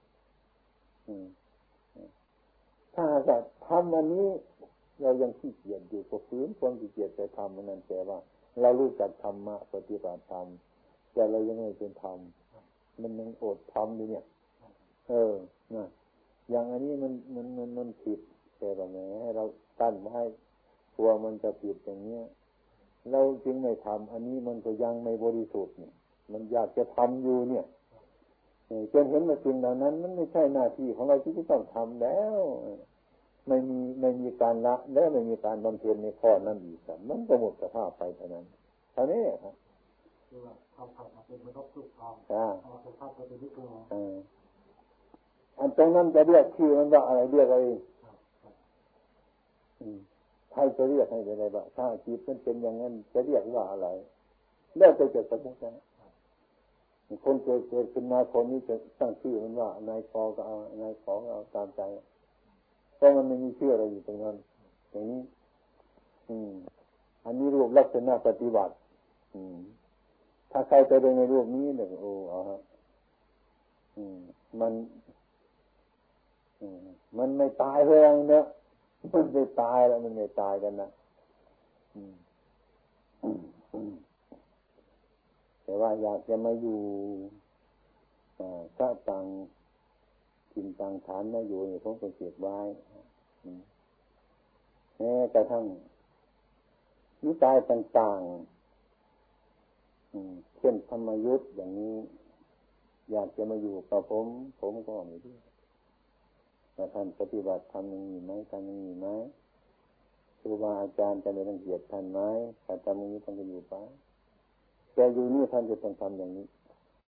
ถ้าจะทำอันนี้เรายังขี้เกียจอยู่ก็ฝืนความขี้เกียจไปทำมันนั่นแปลว่าเรารู้จักธรรมะปฏิบัติธรรมแต่เรายังไม่เป็นธรรมมันยังอดทำอยู่เนี่ยนะอย่างอันนี้มันผิดแต่แบบไหนให้เราตั้นไว้กลัวมันจะผิดอย่างเนี้ยเราจึงไม่ทำอันนี้มันก็ยังไม่บริสุทธิ์เนี่ยมันอยากจะทำอยู่เนี่ยจนเห็นว่าสิ่งเหล่านั้นมันไม่ใช่หน้าที่ของเราที่จะต้องทำแล้วไม่มีการละและไม่มีการบำเพ็ญในข้อนั้นอีกมันก็หมดสภาพไปเท่านั้นเท่านี้ครับคือว่าเขาทำเป็นมนุษย์ทุกข์ทองสภาพเป็นนิโกอันตรงนั้นจะเรียกชื่อมันว่าอะไรเรียกอะไรใครจะเรียกให้อะไรบ้างถ้าจิตมันเป็นอย่างนั้นจะเรียกว่าอะไรแล้วจะสมมตินะคนเกิดขึ้นมาคนนี้จะตั้งชื่อมันว่านายคอก็เอานายขอก็เอาตามใจเพราะมันไม่มีชื่ออะไรอยู่ตรงนั้นอย่างนี้อันนี้รูปลักษณะปฏิบัติถ้าใครไปดูในรูปนี้เนี่ยเอาฮะมันไม่ตายเลยเนอะมันไม่ตายแล้วมันไม่ตายกันนะแต่ว่าอยากจะมาอยู่ถ้าต่างกินต่างฐานมาอยู่เนี่ยผมก็เก็บไว้แม้กระทั่งนิสัยต่างๆเช่นธรรมยุทธ์อย่างนี้อยากจะมาอยู่กับผมก็ไม่รู้ว่าท่านปฏิบัติทำอย่างนี้ไหมทำอย่างนี้ไหมครูบาอาจารย์จะไม่รังเกียจท่านไหมถ้าทำอย่างนี้ท่านจะอยู่ไปแต่อยู่นี่ท่านจะต้องทำอย่างนี้